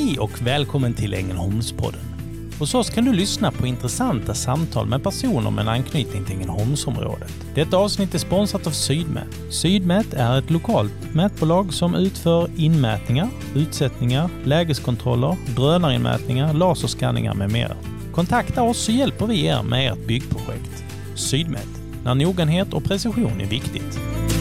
Hej och välkommen till Ängelholmspodden. Hos oss kan du lyssna på intressanta samtal med personer med en anknytning till Ängelholmsområdet. Detta avsnitt är sponsrat av Sydmät. Sydmät är ett lokalt mätbolag som utför inmätningar, utsättningar, lägeskontroller, drönarinmätningar, laserskanningar med mera. Kontakta oss så hjälper vi er med ert byggprojekt. Sydmät, när noggrannhet och precision är viktigt.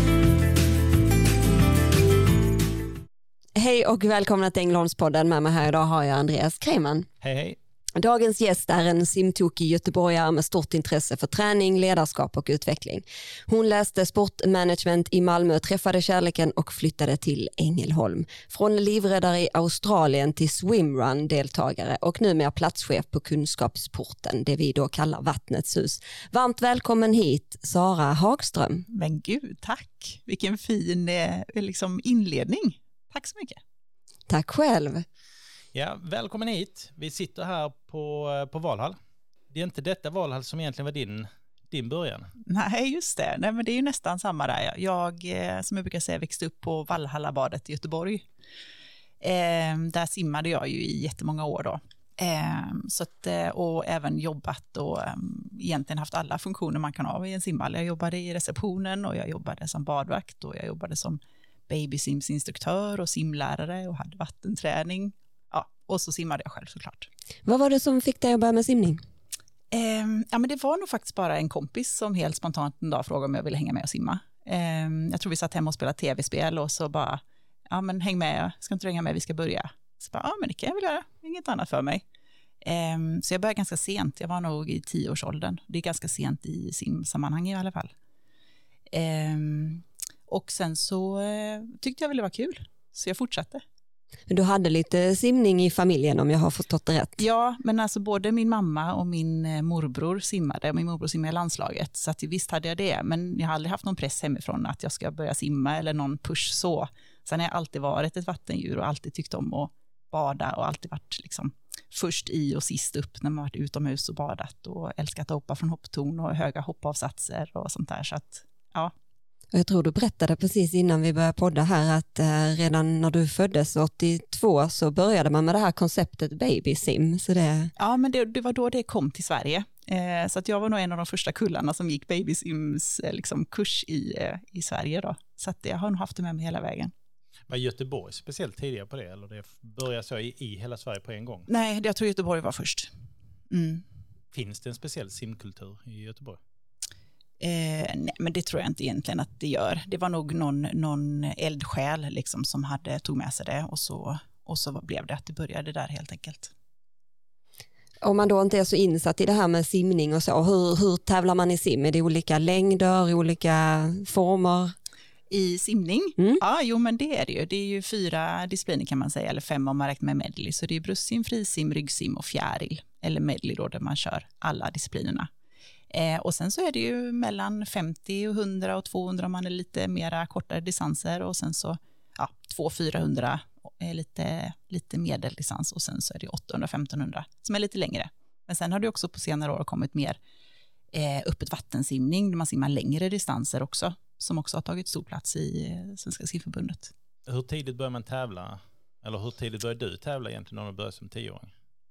Hej och välkomna till Ängelholmspodden. Med mig här idag har jag Andreas Kreiman. Hej hej. Dagens gäst är en simtokig göteborgare med stort intresse för träning, ledarskap och utveckling. Hon läste sportmanagement i Malmö, träffade kärleken och flyttade till Ängelholm. Från livräddare i Australien till swimrun-deltagare och numera platschef på Kunskapsporten, det vi då kallar Vattnets hus. Varmt välkommen hit, Sara Hagström. Men gud, tack. Vilken fin inledning. Tack så mycket. Tack själv. Ja, välkommen hit. Vi sitter här på Valhall. Det är inte detta Valhall som egentligen var din början. Nej, just det. Nej, men det är ju nästan samma där. Jag, som jag brukar säga, växte upp på Valhallabadet i Göteborg. Där simmade jag ju i jättemånga år då. Och även jobbat och egentligen haft alla funktioner man kan ha i en simhall. Jag jobbade i receptionen och jag jobbade som badvakt och jag jobbade som babysimsinstruktör och simlärare och hade vattenträning. Ja, och så simmade jag själv såklart. Vad var det som fick dig att börja med simning? Men det var nog faktiskt bara en kompis som helt spontant en dag frågade om jag ville hänga med och simma. Jag tror vi satt hemma och spelade tv-spel och så bara, ja men häng med, ska inte du hänga med, vi ska börja. Så bara, ja men det kan jag väl göra, inget annat för mig. Så jag började ganska sent, jag var nog i 10-årsåldern. Det är ganska sent i simsammanhang i alla fall. Och sen så tyckte jag väl det var kul, så jag fortsatte. Du hade lite simning i familjen om jag har förstått det rätt. Ja, men alltså både min mamma och min morbror simmade. Min morbror simmade i landslaget, så att visst hade jag det. Men jag har aldrig haft någon press hemifrån att jag ska börja simma eller någon push så. Sen har jag alltid varit ett vattendjur och alltid tyckt om att bada och alltid varit liksom först i och sist upp när man varit utomhus och badat och älskat att hoppa från hopptorn och höga hoppavsatser och sånt där. Så att, ja. Jag tror du berättade precis innan vi började podda här att redan när du föddes 82 så började man med det här konceptet babysim. Så det... Ja, men det var då det kom till Sverige. Så att jag var nog en av de första kullarna som gick babysims kurs i Sverige då. Så att jag har nog haft det med mig hela vägen. Var Göteborg speciellt tidigare på det? Eller det började så i hela Sverige på en gång? Nej, jag tror Göteborg var först. Mm. Finns det en speciell simkultur i Göteborg? Nej, men det tror jag inte egentligen att det gör. Det var nog någon eldsjäl liksom som tog med sig det och så blev det att det började där helt enkelt. Om man då inte är så insatt i det här med simning och så, hur tävlar man i sim? Är det olika längder, olika former? I simning? Ja, jo men det är det ju. Det är ju 4 discipliner kan man säga, eller 5 om man räknar med medley. Så det är bröstsim, frisim, ryggsim och fjäril. Eller medley då där man kör alla disciplinerna. Och sen så är det ju mellan 50 och 100 och 200 om man är lite mera kortare distanser och sen så 200-400 är lite medeldistans och sen så är det 800-1500 som är lite längre. Men sen har det också på senare år kommit mer öppet vattensimning där man simmar längre distanser också som också har tagit stor plats i Svenska simförbundet. Hur tidigt börjar man tävla? Eller hur tidigt började du tävla egentligen när du började som 10-åring?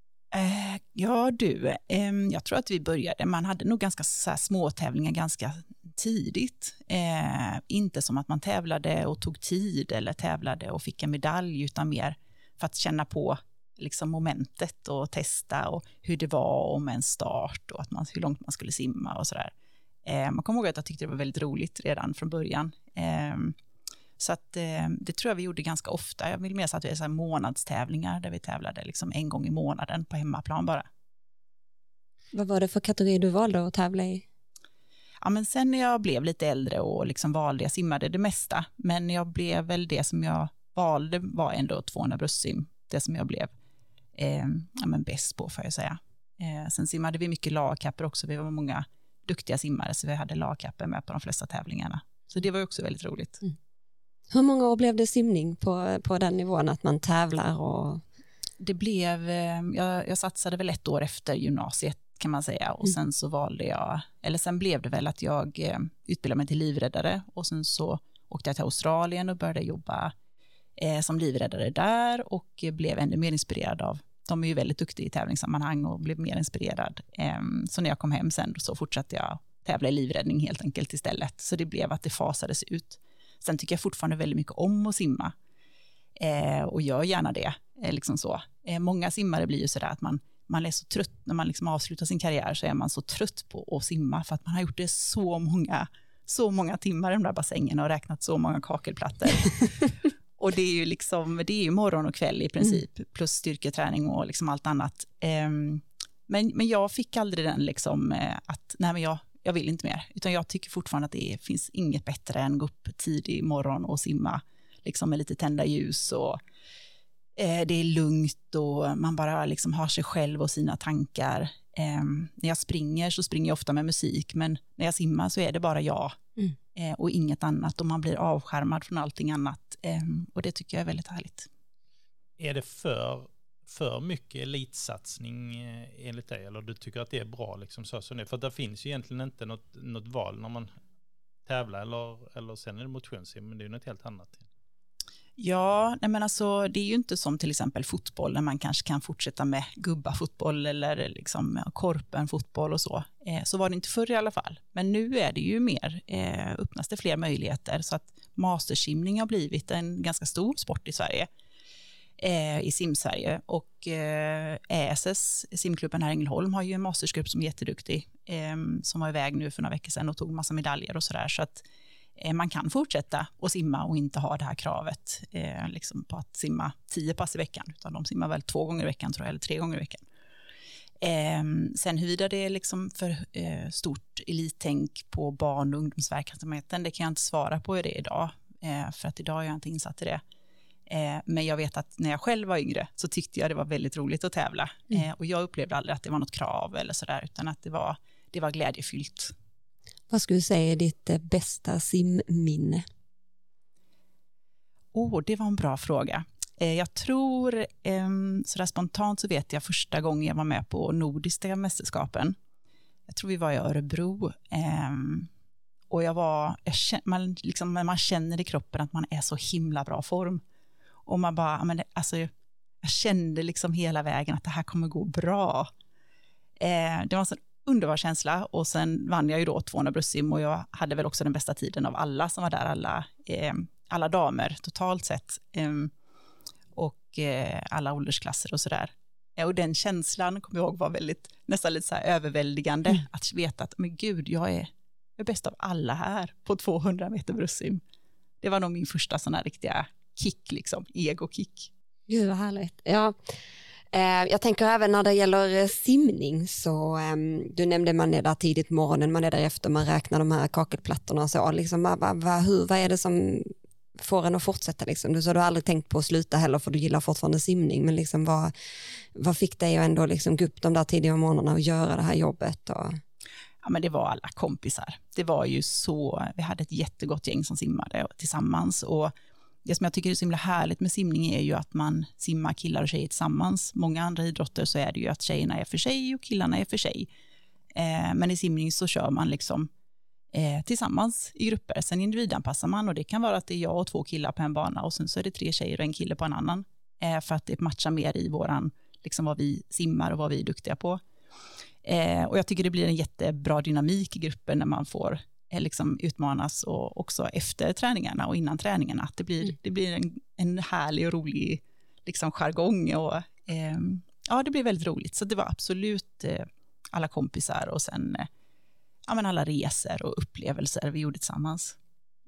Jag tror att vi började, man hade nog ganska så här små tävlingar ganska tidigt. Inte som att man tävlade och tog tid eller tävlade och fick en medalj utan mer för att känna på liksom momentet och testa och hur det var om en start och hur långt man skulle simma och sådär. Man kommer ihåg att jag tyckte det var väldigt roligt redan från början. Så att det tror jag vi gjorde ganska ofta. Jag vill minnas att vi är så här månadstävlingar där vi tävlade liksom en gång i månaden på hemmaplan bara. Vad var det för kategori du valde att tävla i? Ja, men sen när jag blev lite äldre och liksom valde, jag simmade det mesta. Men jag blev väl det som jag valde var ändå 200 bröstsim. Det som jag blev bäst på får jag säga. Sen simmade vi mycket lagkapper också. Vi var många duktiga simmare så vi hade lagkapper med på de flesta tävlingarna. Så det var också väldigt roligt. Mm. Hur många år blev det simning på den nivån att man tävlar? Och... Det blev, jag satsade väl 1 år efter gymnasiet kan man säga och sen så sen blev det väl att jag utbildade mig till livräddare och sen så åkte jag till Australien och började jobba som livräddare där och blev ännu mer inspirerad av. De är ju väldigt duktiga i tävlingssammanhang och blev mer inspirerad. Så när jag kom hem sen så fortsatte jag tävla i livräddning helt enkelt istället. Så det blev att det fasades ut. Sen tycker jag fortfarande väldigt mycket om att simma. Och gör gärna det. Liksom så. Många simmare blir ju sådär att man är så trött när man liksom avslutar sin karriär, så är man så trött på att simma för att man har gjort det så många timmar i de där bassängerna och räknat så många kakelplattor. Och det är ju liksom, det är ju morgon och kväll i princip, plus styrketräning och liksom allt annat. Men jag fick aldrig den liksom att nej, men jag vill inte mer, utan jag tycker fortfarande att det finns inget bättre än att gå upp tidig morgon och simma liksom med lite tända ljus och det är lugnt och man bara liksom har sig själv och sina tankar. När jag springer så springer jag ofta med musik, men när jag simmar så är det bara jag och inget annat, och man blir avskärmad från allting annat, och det tycker jag är väldigt härligt. Är det för mycket elitsatsning enligt dig, eller du tycker att det är bra liksom så som det? För det finns ju egentligen inte något val när man tävlar eller sen är det motionssim, men det är ju något helt annat. Ja, nej men alltså, det är ju inte som till exempel fotboll där man kanske kan fortsätta med gubba-fotboll eller liksom korpen-fotboll och så. Så var det inte förr i alla fall. Men nu är det ju mer, öppnas det fler möjligheter, så att mastersimning har blivit en ganska stor sport i Sverige, i Simsverige. Och ESS, simklubben här i Ängelholm, har ju en mastersgrupp som är jätteduktig, som var iväg nu för några veckor sedan och tog massa medaljer och sådär, så att man kan fortsätta att simma och inte ha det här kravet liksom på att simma 10 pass i veckan, utan de simmar väl 2 gånger i veckan tror jag, eller 3 gånger i veckan. Sen huruvida det är liksom för stort elittänk på barn- och ungdomsverksamheten, det kan jag inte svara på det idag, för att idag är jag inte insatt i det. Men jag vet att när jag själv var yngre så tyckte jag det var väldigt roligt att tävla, och jag upplevde aldrig att det var något krav eller sådär, utan att det var glädjefyllt. Vad skulle du säga är ditt bästa simminne? Det var en bra fråga. Jag tror, sådär spontant så vet jag första gången jag var med på nordiska mästerskapen. Jag tror vi var i Örebro. Och man känner i kroppen att man är så himla bra form. Och man bara, jag kände liksom hela vägen att det här kommer gå bra. Det var en sån underbar känsla, och sen vann jag ju då 200 bröstsim, och jag hade väl också den bästa tiden av alla som var där, alla damer totalt sett, och alla åldersklasser och sådär. Och den känslan, kommer jag ihåg, var nästan lite så här överväldigande, att veta att men gud, jag är bäst av alla här på 200 meter bröstsim. Det var nog min första sån här riktiga kick, liksom, ego-kick. Gud vad härligt. Ja. Jag tänker även när det gäller simning, så du nämnde man är där tidigt på morgonen, man är där efter, man räknar de här kakelplattorna och så, liksom, vad är det som får en att fortsätta liksom? Du sa du har aldrig tänkt på att sluta heller, för du gillar fortfarande simning, men liksom vad fick dig att ändå liksom gå upp de där tidiga morgnarna och göra det här jobbet? Ja, men det var alla kompisar. Det var ju så, vi hade ett jättegott gäng som simmade tillsammans, och det som jag tycker är så himla härligt med simning är ju att man simmar killar och tjejer tillsammans. Många andra idrotter så är det ju att tjejerna är för sig och killarna är för sig. Men i simning så kör man liksom tillsammans i grupper. Sen individanpassar man, och det kan vara att det är jag och 2 killar på en bana, och sen så är det 3 tjejer och en kille på en annan. För att det matchar mer i våran, liksom vad vi simmar och vad vi är duktiga på. Och jag tycker det blir en jättebra dynamik i gruppen när man får liksom utmanas, och också efter träningarna och innan träningarna, att det blir en härlig och rolig liksom jargong, och ja, det blir väldigt roligt. Så det var absolut alla kompisar, och sen alla resor och upplevelser vi gjorde tillsammans.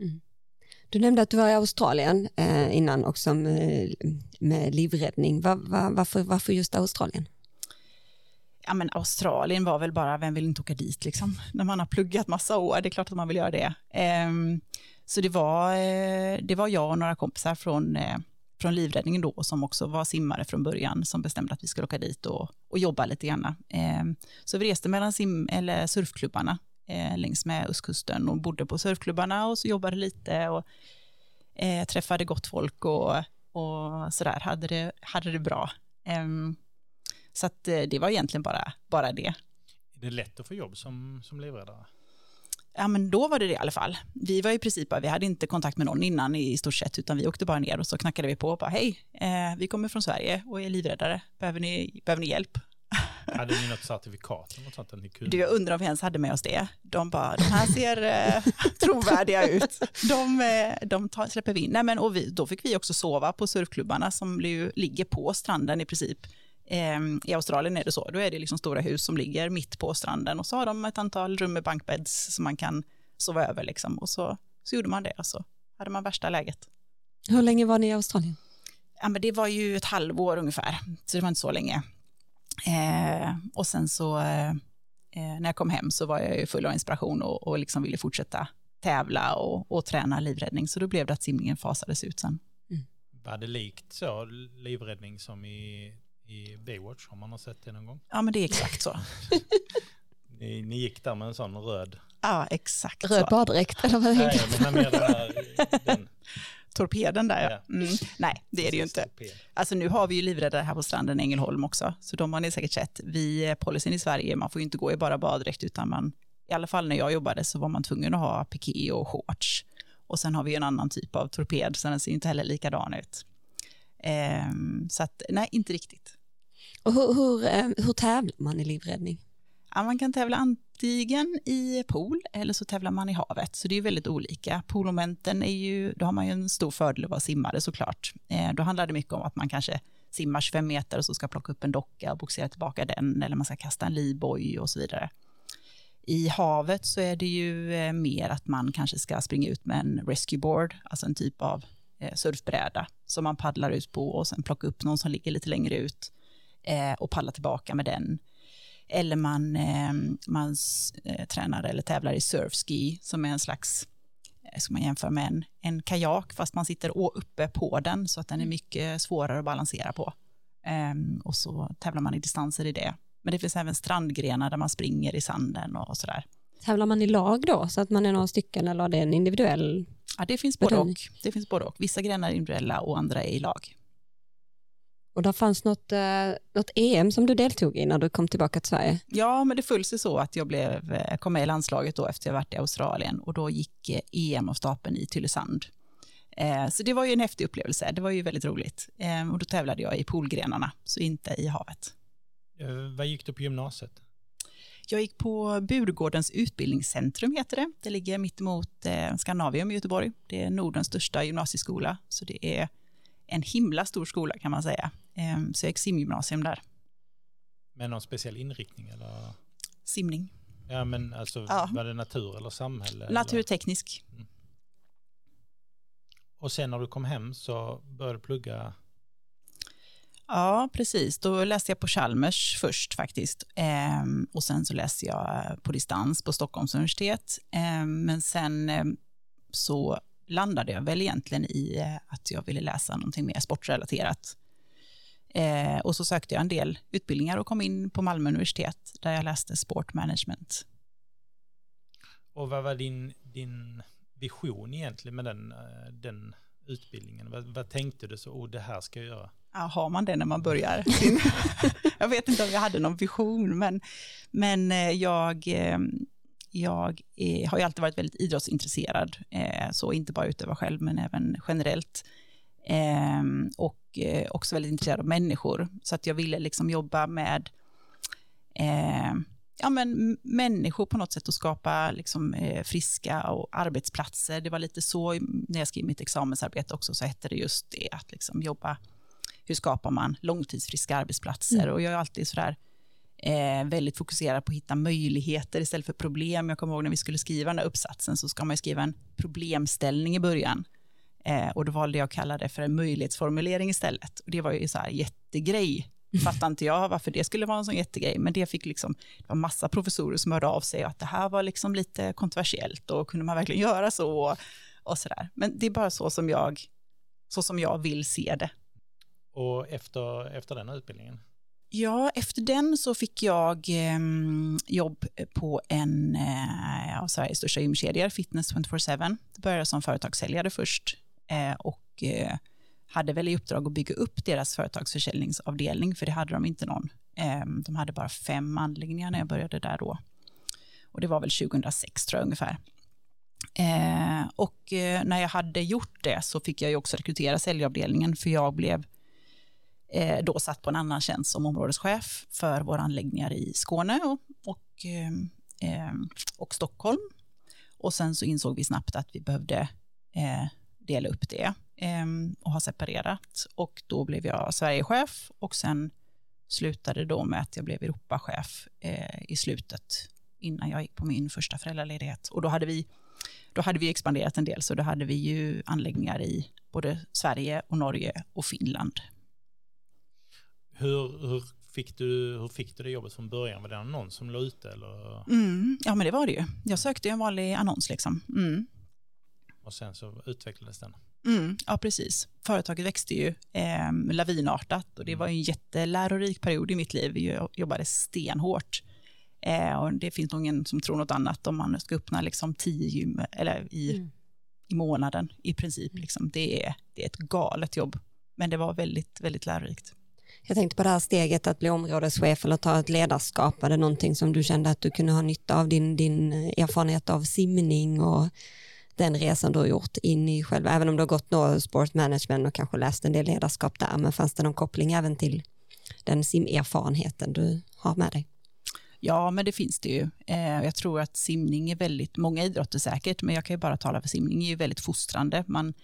Du nämnde att du var i Australien innan också med livräddning. Varför just Australien? Ja, men Australien var väl bara, vem vill inte åka dit liksom? När man har pluggat massa år, det är klart att man vill göra det. Så det var jag och några kompisar från livräddningen då, som också var simmare från början, som bestämde att vi skulle åka dit och jobba lite grann. Så vi reste mellan surfklubbarna längs med östkusten och bodde på surfklubbarna, och så jobbade lite och träffade gott folk och sådär, hade det bra. Så att det var egentligen bara det. Är det lätt att få jobb som livräddare? Ja, men då var det i alla fall. Vi var i princip, vi hade inte kontakt med någon innan i stort sett, utan vi åkte bara ner och så knackade vi på och bara, hej, vi kommer från Sverige och är livräddare. Behöver ni hjälp? Hade ni något certifikat eller något sånt att ni kunde? Jag undrar om vi ens hade med oss det. De bara, de här ser trovärdiga ut. De släpper vi in. Nej, men, då fick vi också sova på surfklubbarna som ligger på stranden i princip. I Australien är det så. Då är det liksom stora hus som ligger mitt på stranden och så har de ett antal rum med bankbädds som man kan sova över liksom. Och så gjorde man det och så hade man värsta läget. Hur länge var ni i Australien? Ja, men det var ju ett halvår ungefär, så det var inte så länge. Och sen så när jag kom hem så var jag ju full av inspiration och liksom ville fortsätta tävla och träna livräddning. Så då blev det att simningen fasades ut sen. Var det likt så livräddning som i Baywatch? Har man sett det någon gång? Ja, men det är exakt så. Ni gick där med en sån röd... Ja, exakt röd så. Baddräkt eller vad Nej, men med den torpeden där, ja. Nej, det är det ju inte. Alltså nu har vi ju livräddare här på stranden Ängelholm också, så de har ni säkert sett. Policyn i Sverige, man får ju inte gå i bara baddräkt, utan man, i alla fall när jag jobbade så var man tvungen att ha piké och shorts. Och sen har vi en annan typ av torped, så den ser inte heller likadan ut. Så att, nej, inte riktigt. Och hur tävlar man i livräddning? Ja, man kan tävla antingen i pool eller så tävlar man i havet. Så det är väldigt olika. Poolmomenten är ju, då har man ju en stor fördel att vara simmare såklart. Då handlar det mycket om att man kanske simmar 25 meter och så ska plocka upp en docka och boxera tillbaka den, eller man ska kasta en livboj och så vidare. I havet så är det ju mer att man kanske ska springa ut med en rescue board, alltså en typ av surfbräda som man paddlar ut på och sen plocka upp någon som ligger lite längre ut och paddla tillbaka med den. Eller man tränar eller tävlar i surfski som är en slags, ska man jämföra med en kajak fast man sitter uppe på den så att den är mycket svårare att balansera på. Och så tävlar man i distanser i det. Men det finns även strandgrenar där man springer i sanden och sådär. Tävlar man i lag då så att man är några stycken eller är det en individuell? Ja, det finns både och. Det finns både och. Vissa grenar är individuella och andra är i lag. Och där fanns något EM som du deltog i när du kom tillbaka till Sverige? Ja, men det föll sig så att jag kom med i landslaget då efter jag varit i Australien och då gick EM av stapeln i Tylösand. Så det var ju en häftig upplevelse, det var ju väldigt roligt. Och då tävlade jag i poolgrenarna, så inte i havet. Vad gick du på gymnasiet? Jag gick på Burgårdens utbildningscentrum heter det. Det ligger mitt emot Scandinavium i Göteborg. Det är Nordens största gymnasieskola, så det är en himla stor skola kan man säga. Så jag gick simgymnasium där. Med någon speciell inriktning eller? Simning. Ja, men alltså var det natur eller samhälle? Naturteknisk. Eller? Mm. Och sen när du kom hem så började du plugga? Ja, precis. Då läste jag på Chalmers först faktiskt. Och sen så läste jag på distans på Stockholms universitet. Men sen så landade jag väl egentligen i att jag ville läsa någonting mer sportrelaterat. Och så sökte jag en del utbildningar och kom in på Malmö universitet där jag läste sportmanagement. Och vad var din vision egentligen med den utbildningen? Vad tänkte du så, det här ska jag göra? Ja, har man det när man börjar? Jag vet inte om jag hade någon vision, men jag har ju alltid varit väldigt idrottsintresserad, så inte bara utöva själv men även generellt, och också väldigt intresserad av människor, så att jag ville liksom jobba med människor på något sätt och skapa liksom, friska och arbetsplatser. Det var lite så när jag skrev mitt examensarbete också, så hette det just det att liksom jobba, hur skapar man långtidsfriska arbetsplatser, och jag är alltid sådär väldigt fokuserad på att hitta möjligheter istället för problem. Jag kommer ihåg när vi skulle skriva den här uppsatsen så ska man ju skriva en problemställning i början, och då valde jag att kalla det för en möjlighetsformulering istället, och det var ju så här jättegrej. Fattar inte jag varför det skulle vara en sån jättegrej, men det var massa professorer som hörde av sig att det här var liksom lite kontroversiellt och kunde man verkligen göra så och sådär. Men det är bara så som jag vill se det. Och efter den utbildningen? Ja, efter den så fick jag jobb på en av Sveriges största gymkedjor, Fitness 24/7. Det började som företagssäljare först och hade väl i uppdrag att bygga upp deras företagsförsäljningsavdelning, för det hade de inte någon. De hade bara 5 anläggningar när jag började där då. Och det var väl 2006 tror jag ungefär. Och när jag hade gjort det så fick jag ju också rekrytera säljavdelningen, för jag blev då satt på en annan tjänst som områdeschef för våra anläggningar i Skåne och Stockholm. Och sen så insåg vi snabbt att vi behövde dela upp det och ha separerat. Och då blev jag Sverigechef och sen slutade då med att jag blev Europachef i slutet innan jag gick på min första föräldraledighet. Och då hade vi expanderat en del, så då hade vi ju anläggningar i både Sverige och Norge och Finland. Hur fick du det jobbet från början? Var det någon som låg ute? Eller? Ja, men det var det ju. Jag sökte en vanlig annons liksom. Och sen så utvecklades den? Ja, precis. Företaget växte ju lavinartat och det var en jättelärorik period i mitt liv. Jag jobbade stenhårt. Och det finns nog ingen som tror något annat om man ska öppna liksom 10 gym eller i månaden i princip. Liksom. Det är ett galet jobb, men det var väldigt, väldigt lärorikt. Jag tänkte på det här steget att bli områdeschef eller ta ett ledarskap. Var det någonting som du kände att du kunde ha nytta av din erfarenhet av simning och den resan du har gjort in i själva, även om du har gått då sportmanagement och kanske läst en del ledarskap där, men fanns det någon koppling även till den simerfarenheten du har med dig? Ja, men det finns det ju. Jag tror att simning är väldigt, många idrotter säkert, men jag kan ju bara tala för simning, är ju väldigt fostrande.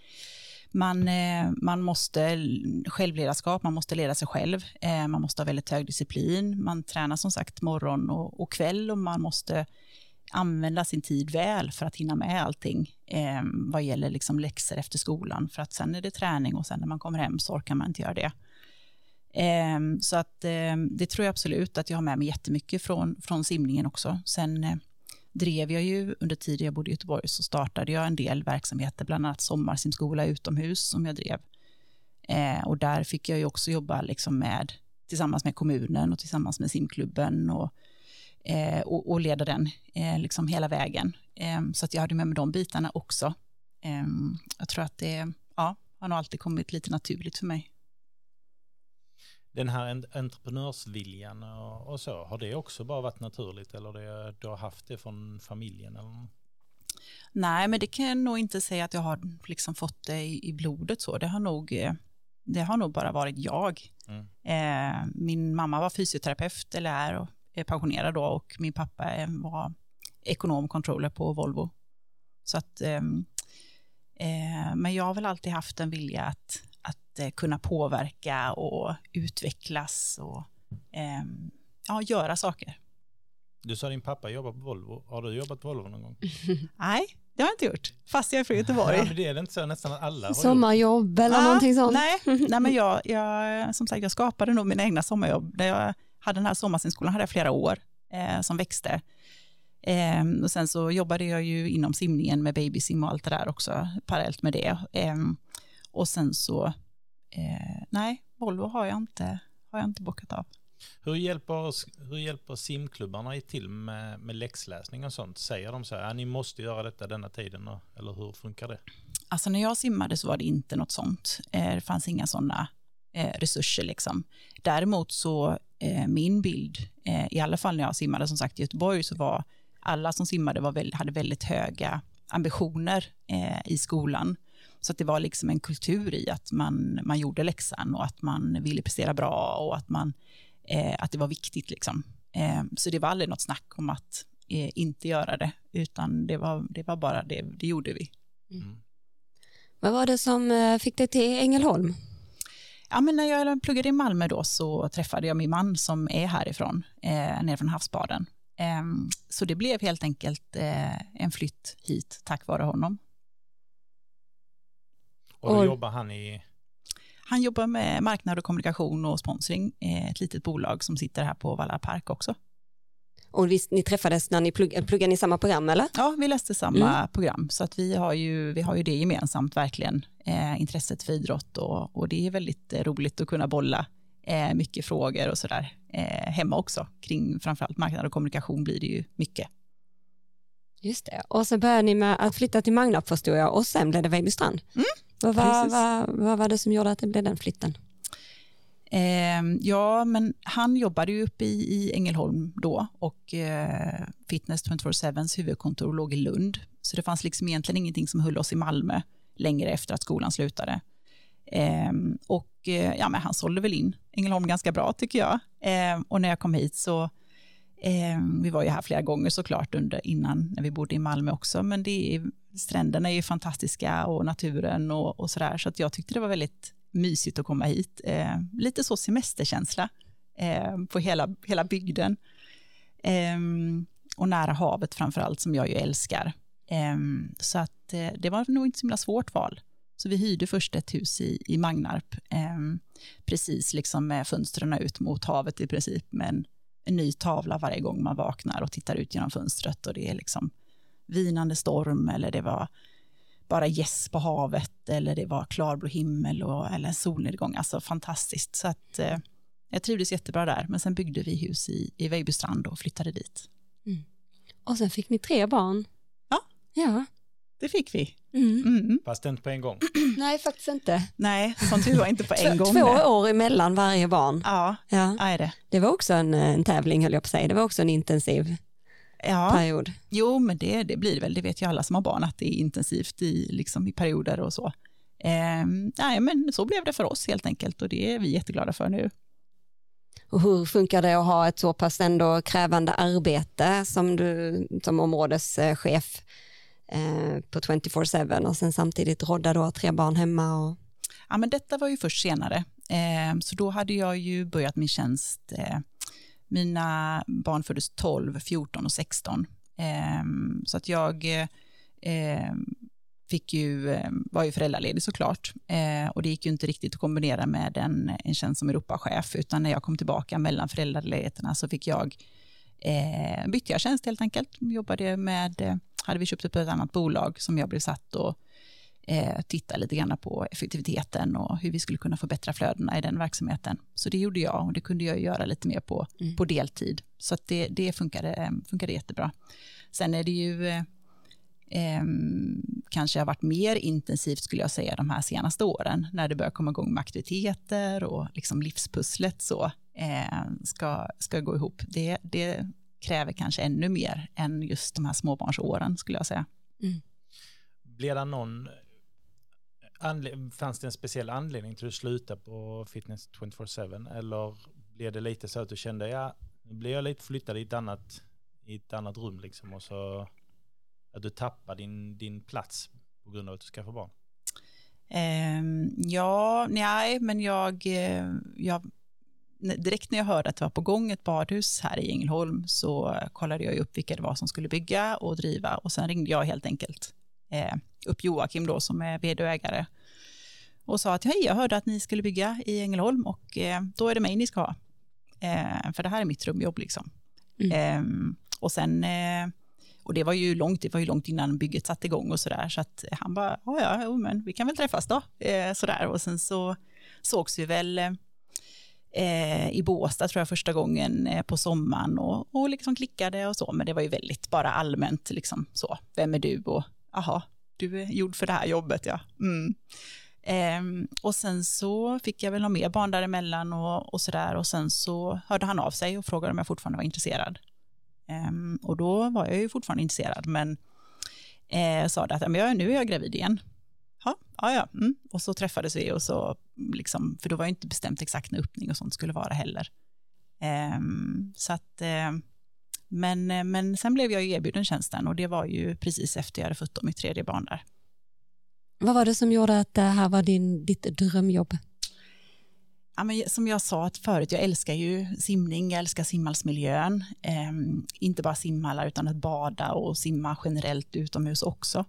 Man måste självledarskap, man måste leda sig själv, man måste ha väldigt hög disciplin, man tränar som sagt morgon och kväll och man måste använda sin tid väl för att hinna med allting vad gäller liksom läxor efter skolan, för att sen är det träning och sen när man kommer hem så orkar man inte göra det. Så att det tror jag absolut att jag har med mig jättemycket från simningen också. Sen drev jag ju under tiden jag bodde i Göteborg, så startade jag en del verksamheter, bland annat sommarsimskola utomhus som jag drev. Och där fick jag ju också jobba liksom tillsammans med kommunen och tillsammans med simklubben och leda den liksom hela vägen. Så att jag hade med mig de bitarna också. Jag tror att det har nog alltid kommit lite naturligt för mig. Den här entreprenörsviljan och så, har det också bara varit naturligt eller du har haft det från familjen? Eller? Nej, men det kan jag nog inte säga att jag har liksom fått det i blodet så. Det har nog bara varit jag. Min mamma var fysioterapeut eller är pensionerad då, och min pappa var ekonom-controller på Volvo. Så att, men jag har väl alltid haft en vilja att kunna påverka och utvecklas och göra saker. Du sa din pappa jobbar på Volvo. Har du jobbat på Volvo någon gång? Nej, det har jag inte gjort. Fast jag är från Göteborg. Ja, men det är inte så, nästan alla har sommarjobb eller någonting sånt. Nej, men jag som sagt, jag skapade nog mina egna sommarjobb. Där jag hade den här sommarsimskolan hade jag flera år som växte. Och sen så jobbade jag ju inom simningen med babysim och allt det där också parallellt med det. Och sen så Volvo har jag inte bockat av. Hur hjälper simklubbarna till med läxläsning och sånt? Säger de så här, ni måste göra detta denna tiden, eller hur funkar det? Alltså när jag simmade så var det inte något sånt. Det fanns inga sådana resurser liksom. Däremot så min bild, i alla fall när jag simmade som sagt i Göteborg, så var alla som simmade hade väldigt höga ambitioner i skolan. Så att det var liksom en kultur i att man gjorde läxan och att man ville prestera bra och att det var viktigt liksom. Så det var aldrig något snack om att inte göra det, utan det var bara det gjorde vi. Vad var det som fick dig till Ängelholm? Ja, men när jag pluggade i Malmö då så träffade jag min man som är härifrån, ner från Havsbaden. Så det blev helt enkelt en flytt hit tack vare honom. Och då jobbar han i? Han jobbar med marknad och kommunikation och sponsring. Ett litet bolag som sitter här på Valla Park också. Och ni träffades när ni pluggade i samma program, eller? Ja, vi läste samma program. Så att vi har ju det gemensamt verkligen. Intresset för idrott och det är väldigt roligt att kunna bolla mycket frågor och sådär hemma också. Kring framförallt marknad och kommunikation blir det ju mycket. Just det. Och så började ni med att flytta till Magna, förstår jag, och sen blev det Vejbystrand. Vad var det som gjorde att det blev den flytten? Ja, men han jobbade ju uppe i Ängelholm då och Fitness 24/7:s huvudkontor låg i Lund. Så det fanns liksom egentligen ingenting som höll oss i Malmö längre efter att skolan slutade. Men han sålde väl in Ängelholm ganska bra tycker jag. Och när jag kom hit så, vi var ju här flera gånger såklart innan när vi bodde i Malmö också, men stränderna är ju fantastiska och naturen och sådär, så att jag tyckte det var väldigt mysigt att komma hit. Lite så semesterkänsla på hela bygden. Och nära havet framförallt som jag ju älskar. Så att det var nog inte så himla svårt val. Så vi hyrde först ett hus i Magnarp. Precis liksom med fönstren ut mot havet i princip. Med en ny tavla varje gång man vaknar och tittar ut genom fönstret. Och det är liksom vinande storm eller det var bara gäss på havet eller det var klarblå himmel eller en solnedgång. Alltså fantastiskt. Så att jag trivdes jättebra där. Men sen byggde vi hus i Vejbystrand och flyttade dit. Mm. Och sen fick ni 3 barn. Ja. Det fick vi. Fast inte på en gång. Nej, faktiskt inte. Nej, som tur var inte på en gång. 2 år emellan varje barn. Ja, är det. Det var också en tävling höll jag på att säga. Det var också en intensiv period. Jo, men det blir väl. Det vet ju alla som har barn att det är intensivt i perioder och så. Nej, men så blev det för oss helt enkelt och det är vi jätteglada för nu. Och hur funkar det att ha ett så pass ändå krävande arbete som du som områdeschef på 24/7 och sen samtidigt rodda då 3 barn hemma? Och... Ja, men detta var ju först senare. Så då hade jag ju börjat min tjänst. Mina barn föddes 12, 14 och 16. Så att jag var ju föräldraledig såklart. Och det gick ju inte riktigt att kombinera med en tjänst som Europachef, utan när jag kom tillbaka mellan föräldraledigheterna så bytte jag tjänst helt enkelt. Hade vi köpt upp ett annat bolag som jag blev satt och titta lite grann på effektiviteten och hur vi skulle kunna förbättra flödena i den verksamheten. Så det gjorde jag och det kunde jag göra lite mer på deltid. Så att det funkade jättebra. Sen är det ju kanske har varit mer intensivt skulle jag säga de här senaste åren när det börjar komma igång med aktiviteter och liksom livspusslet så ska gå ihop. Det kräver kanske ännu mer än just de här småbarnsåren skulle jag säga. Blev det fanns det en speciell anledning till att sluta på Fitness 24/7 eller blev det lite så att du kände nu blir jag lite flyttad i ett annat rum liksom och så att du tappar din plats på grund av att du ska få barn? Men jag direkt när jag hörde att det var på gång ett badhus här i Ängelholm så kollade jag upp vilka det var som skulle bygga och driva och sen ringde jag helt enkelt upp Joakim då som är vd och ägare och sa att hej, jag hörde att ni skulle bygga i Ängelholm och då är det mig ni ska ha. För det här är mitt drömjobb liksom. Och sen och det var ju långt innan bygget satt igång och sådär så att han bara men vi kan väl träffas då sådär och sen så sågs vi väl i Båstad tror jag första gången på sommaren och liksom klickade och så, men det var ju väldigt bara allmänt liksom så, vem är du och du är gjord för det här jobbet och sen så fick jag väl ha mer barn däremellan och sådär och sen så hörde han av sig och frågade om jag fortfarande var intresserad och då var jag ju fortfarande intresserad men sa det att nu är jag gravid igen. Och så träffades vi och så liksom, för då var ju inte bestämt exakt när öppning och sånt skulle vara heller. Så att men sen blev jag ju erbjuden tjänsten och det var ju precis efter jag hade fått mitt 3:e barn där. Vad var det som gjorde att det här var ditt drömjobb? Ja, men som jag sa förut, jag älskar ju simning, jag älskar simhallsmiljön. Inte bara simhallar utan att bada och simma generellt utomhus också.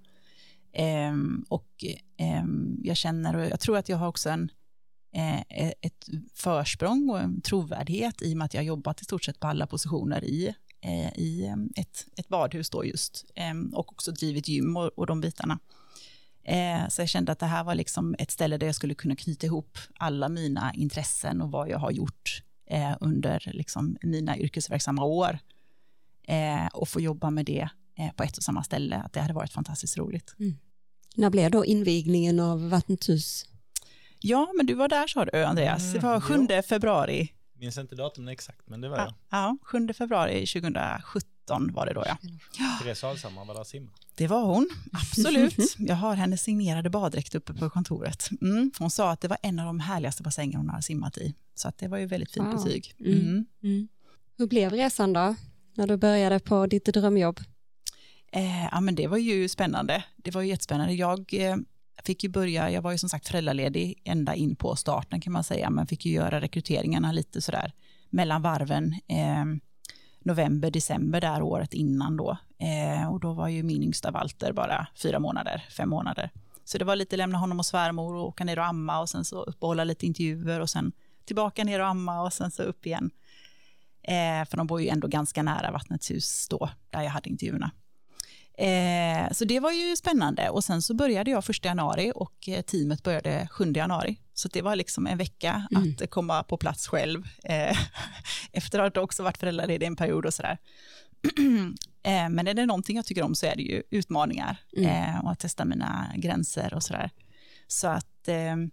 Jag tror att jag har också ett försprång och en trovärdighet i och med att jag har jobbat i stort sett på alla positioner i ett badhus då just och också drivit gym och de bitarna. Så jag kände att det här var liksom ett ställe där jag skulle kunna knyta ihop alla mina intressen och vad jag har gjort under liksom mina yrkesverksamma år och få jobba med det på ett och samma ställe, att det hade varit fantastiskt roligt. När blev då invigningen av Vattnets hus? Ja, men du var där, sa du, Andreas. Det var 7 februari. Minns inte datumen exakt, men det var jag. Ja, 7 februari 2017 var det då, ja. Therese Alshammar var där och simma. Det var hon, absolut. Jag har hennes signerade baddräkt uppe på kontoret. Hon sa att det var en av de härligaste bassänger hon har simmat i. Så att det var ju väldigt fint betyg. Hur blev resan då, när du började på ditt drömjobb? Ja, men det var ju spännande. Det var ju jättespännande. Jag fick ju börja, jag var ju som sagt föräldraledig ända in på starten kan man säga, men fick ju göra rekryteringarna lite sådär mellan varven, november, december där året innan då. Och då var ju min yngsta Walter bara 5 månader. Så det var lite lämna honom och svärmor och åka ner och amma och sen så uppehålla lite intervjuer och sen tillbaka ner och amma och sen så upp igen. För de bor ju ändå ganska nära Vattnets hus då, där jag hade intervjuerna. Så det var ju spännande och sen så började jag 1 januari och teamet började 7 januari. Så det var liksom en vecka att komma på plats själv efter att också varit föräldraledig en period och sådär. Men är det någonting jag tycker om så är det ju utmaningar och att testa mina gränser och sådär. Så att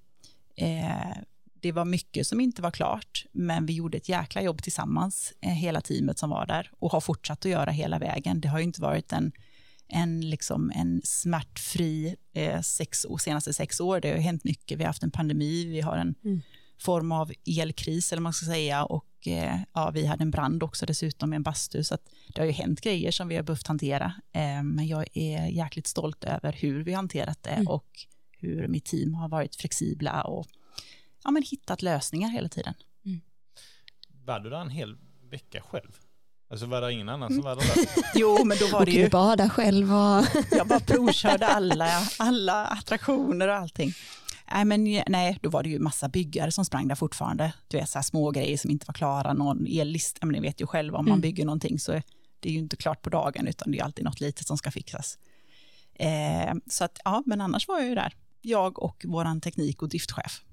det var mycket som inte var klart, men vi gjorde ett jäkla jobb tillsammans, hela teamet som var där och har fortsatt att göra hela vägen. Det har ju inte varit en smärtfri senaste 6 år. Det har hänt mycket. Vi har haft en pandemi, vi har en form av elkris eller man ska säga och vi hade en brand också dessutom med en bastu, så att det har ju hänt grejer som vi har behövt hantera. Men jag är jäkligt stolt över hur vi hanterat det och hur mitt team har varit flexibla och hittat lösningar hela tiden. Var du där en hel vecka själv? Alltså var det ingen annan som var där? Jo, men då var det ju... Och bada själv och... Jag bara provkörde alla attraktioner och allting. Nej, då var det ju massa byggare som sprang där fortfarande. Du vet, så här små grejer som inte var klara. Någon ellist, ni vet ju själv om man bygger någonting så är det ju inte klart på dagen utan det är alltid något litet som ska fixas. Så att, men annars var jag ju där. Jag och våran teknik- och driftchef.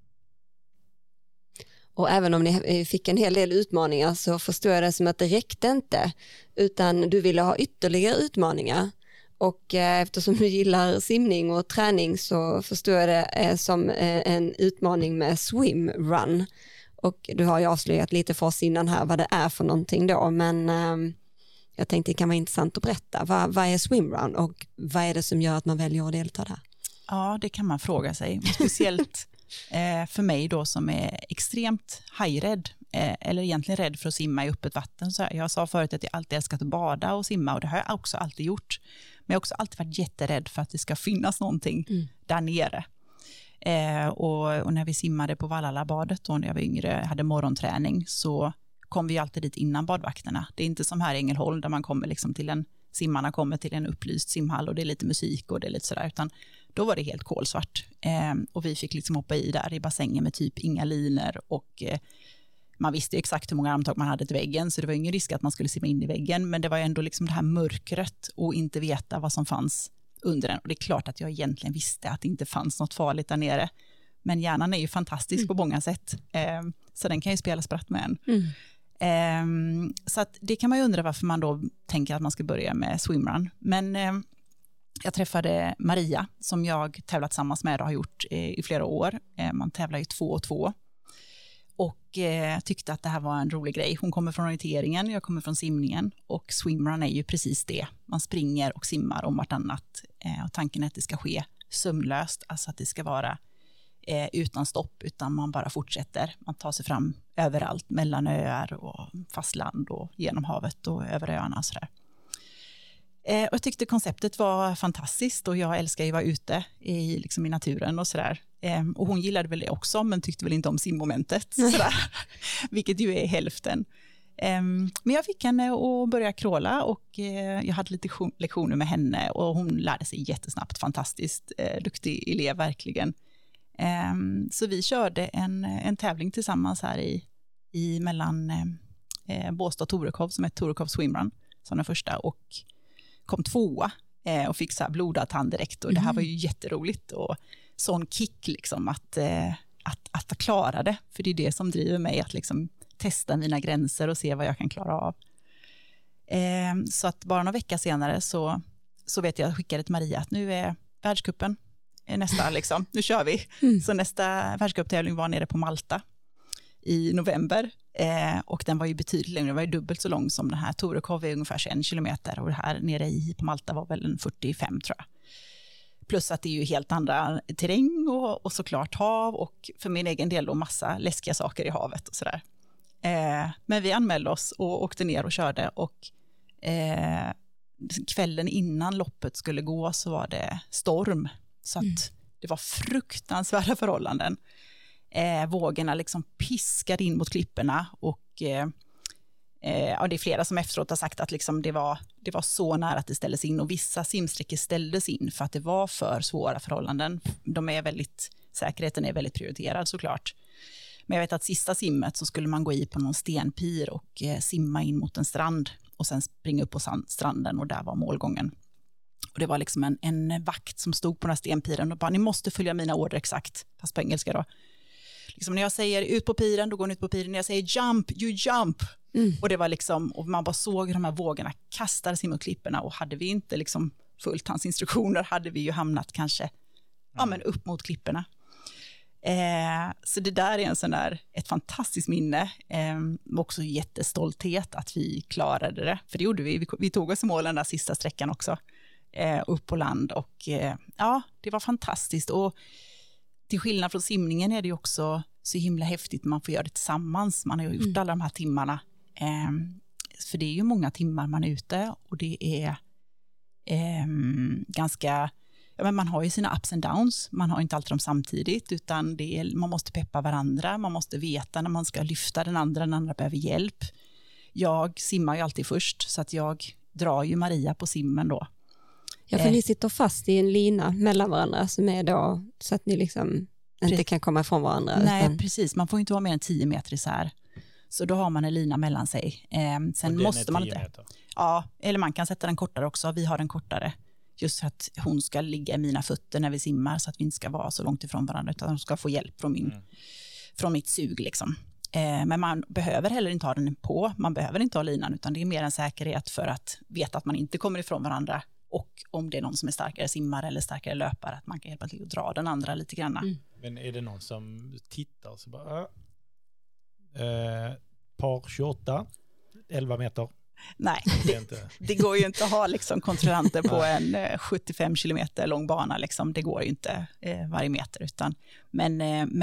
Och även om ni fick en hel del utmaningar så förstår jag det som att det räckte inte, utan du ville ha ytterligare utmaningar. Och eftersom du gillar simning och träning så förstår jag det som en utmaning med swimrun. Och du har ju avslöjat lite för oss innan här vad det är för någonting då, men jag tänkte det kan vara intressant att berätta. Vad är swimrun och vad är det som gör att man väljer att delta där? Ja, det kan man fråga sig. Speciellt för mig då som är extremt hajrädd eller egentligen rädd för att simma i öppet vatten. Så jag sa förut att jag alltid älskat att bada och simma och det har jag också alltid gjort. Men jag har också alltid varit jätterädd för att det ska finnas någonting där nere. Och när vi simmade på Vallalabadet då när jag var yngre, hade morgonträning, så kom vi alltid dit innan badvakterna. Det är inte som här i Ängelholm där man kommer liksom simmarna kommer till en upplyst simhall och det är lite musik och det är lite sådär, utan då var det helt kolsvart. Och vi fick liksom hoppa i där i bassängen med typ inga linor och man visste exakt hur många armtag man hade till väggen, så det var ingen risk att man skulle simma in i väggen, men det var ändå liksom det här mörkret och inte veta vad som fanns under den. Och det är klart att jag egentligen visste att det inte fanns något farligt där nere, men hjärnan är ju fantastisk på många sätt, så den kan ju spela spratt med en. Så att det kan man ju undra varför man då tänker att man ska börja med swimrun. Men jag träffade Maria som jag tävlat tillsammans med och har gjort i flera år. Man tävlar ju 2 och 2. Och tyckte att det här var en rolig grej. Hon kommer från orienteringen, jag kommer från simningen. Och swimrun är ju precis det. Man springer och simmar om vartannat. Och tanken är att det ska ske sömlöst. Alltså att det ska vara utan stopp, utan man bara fortsätter. Man tar sig fram överallt, mellan öar och fastland och genom havet och över öarna och sådär. Och jag tyckte konceptet var fantastiskt och jag älskar ju att vara ute i naturen och sådär. Och hon gillade väl det också, men tyckte väl inte om simmomentet, sådär. Vilket ju är hälften. Men jag fick henne att börja kråla och jag hade lite lektioner med henne och hon lärde sig jättesnabbt, fantastiskt duktig elev verkligen. Så vi körde en tävling tillsammans här i mellan Båstad och Torekov som är Torekov Swimrun som den första, och kom 2 och fick så här blodad tand direkt och det här var ju jätteroligt och sån kick liksom att klara det, för det är det som driver mig att liksom testa mina gränser och se vad jag kan klara av. Så att bara några veckor senare så vet jag skickade till Maria att nu är världscupen nästa liksom, nu kör vi. Så nästa världscuptävling var nere på Malta i november. Och den var ju betydligt längre, den var ju dubbelt så lång som den här. Torekov är ungefär 21 kilometer och det här nere på Malta var väl en 45 tror jag. Plus att det är ju helt andra terräng och såklart hav och för min egen del då massa läskiga saker i havet och sådär. Men vi anmälde oss och åkte ner och körde och kvällen innan loppet skulle gå så var det storm. Så att det var fruktansvärda förhållanden. Vågorna liksom piskade in mot klipporna och det är flera som efteråt har sagt att liksom det var så nära att det ställdes in och vissa simsträckor ställdes in för att det var för svåra förhållanden. Säkerheten är väldigt prioriterad såklart. Men jag vet att sista simmet så skulle man gå i på någon stenpir och simma in mot en strand och sen springa upp på stranden och där var målgången. Och det var liksom en vakt som stod på den här stenpiren och bara, ni måste följa mina order exakt, fast på engelska då. Liksom när jag säger ut på piren, då går ni ut på piren. När jag säger jump, you jump. Och det var liksom, och man bara såg hur de här vågorna kastade sig mot klipporna och hade vi inte liksom följt hans instruktioner hade vi ju hamnat kanske upp mot klipporna. Så det där är ett fantastiskt minne. Också jättestolthet att vi klarade det. För det gjorde vi. Vi tog oss i mål den där sista sträckan också. Upp på land och det var fantastiskt. Och till skillnad från simningen är det ju också så himla häftigt man får göra det tillsammans. Man har ju gjort alla de här timmarna. För det är ju många timmar man är ute och det är ganska... Ja, men man har ju sina ups and downs. Man har inte alltid dem samtidigt utan man måste peppa varandra. Man måste veta när man ska lyfta den andra behöver hjälp. Jag simmar ju alltid först så att jag drar ju Maria på simmen då. Ja, för ni sitter fast i en lina mellan varandra som är då så att ni liksom inte kan komma ifrån varandra. Nej, precis. Man får inte vara mer än 10 meter isär. Så då har man en lina mellan sig. Sen måste man inte... Meter. Ja, eller man kan sätta den kortare också. Vi har den kortare. Just för att hon ska ligga i mina fötter när vi simmar så att vi inte ska vara så långt ifrån varandra utan hon ska få hjälp från mitt sug liksom. Men man behöver heller inte ha den på. Man behöver inte ha linan utan det är mer en säkerhet för att veta att man inte kommer ifrån varandra. Och om det är någon som är starkare simmare eller starkare löpare att man kan hjälpa till att dra den andra lite grann. Men är det någon som tittar så bara par 28 11 meter? Nej, det går ju inte att ha liksom kontrollanter på en 75 kilometer lång bana liksom. Det går ju inte varje meter utan men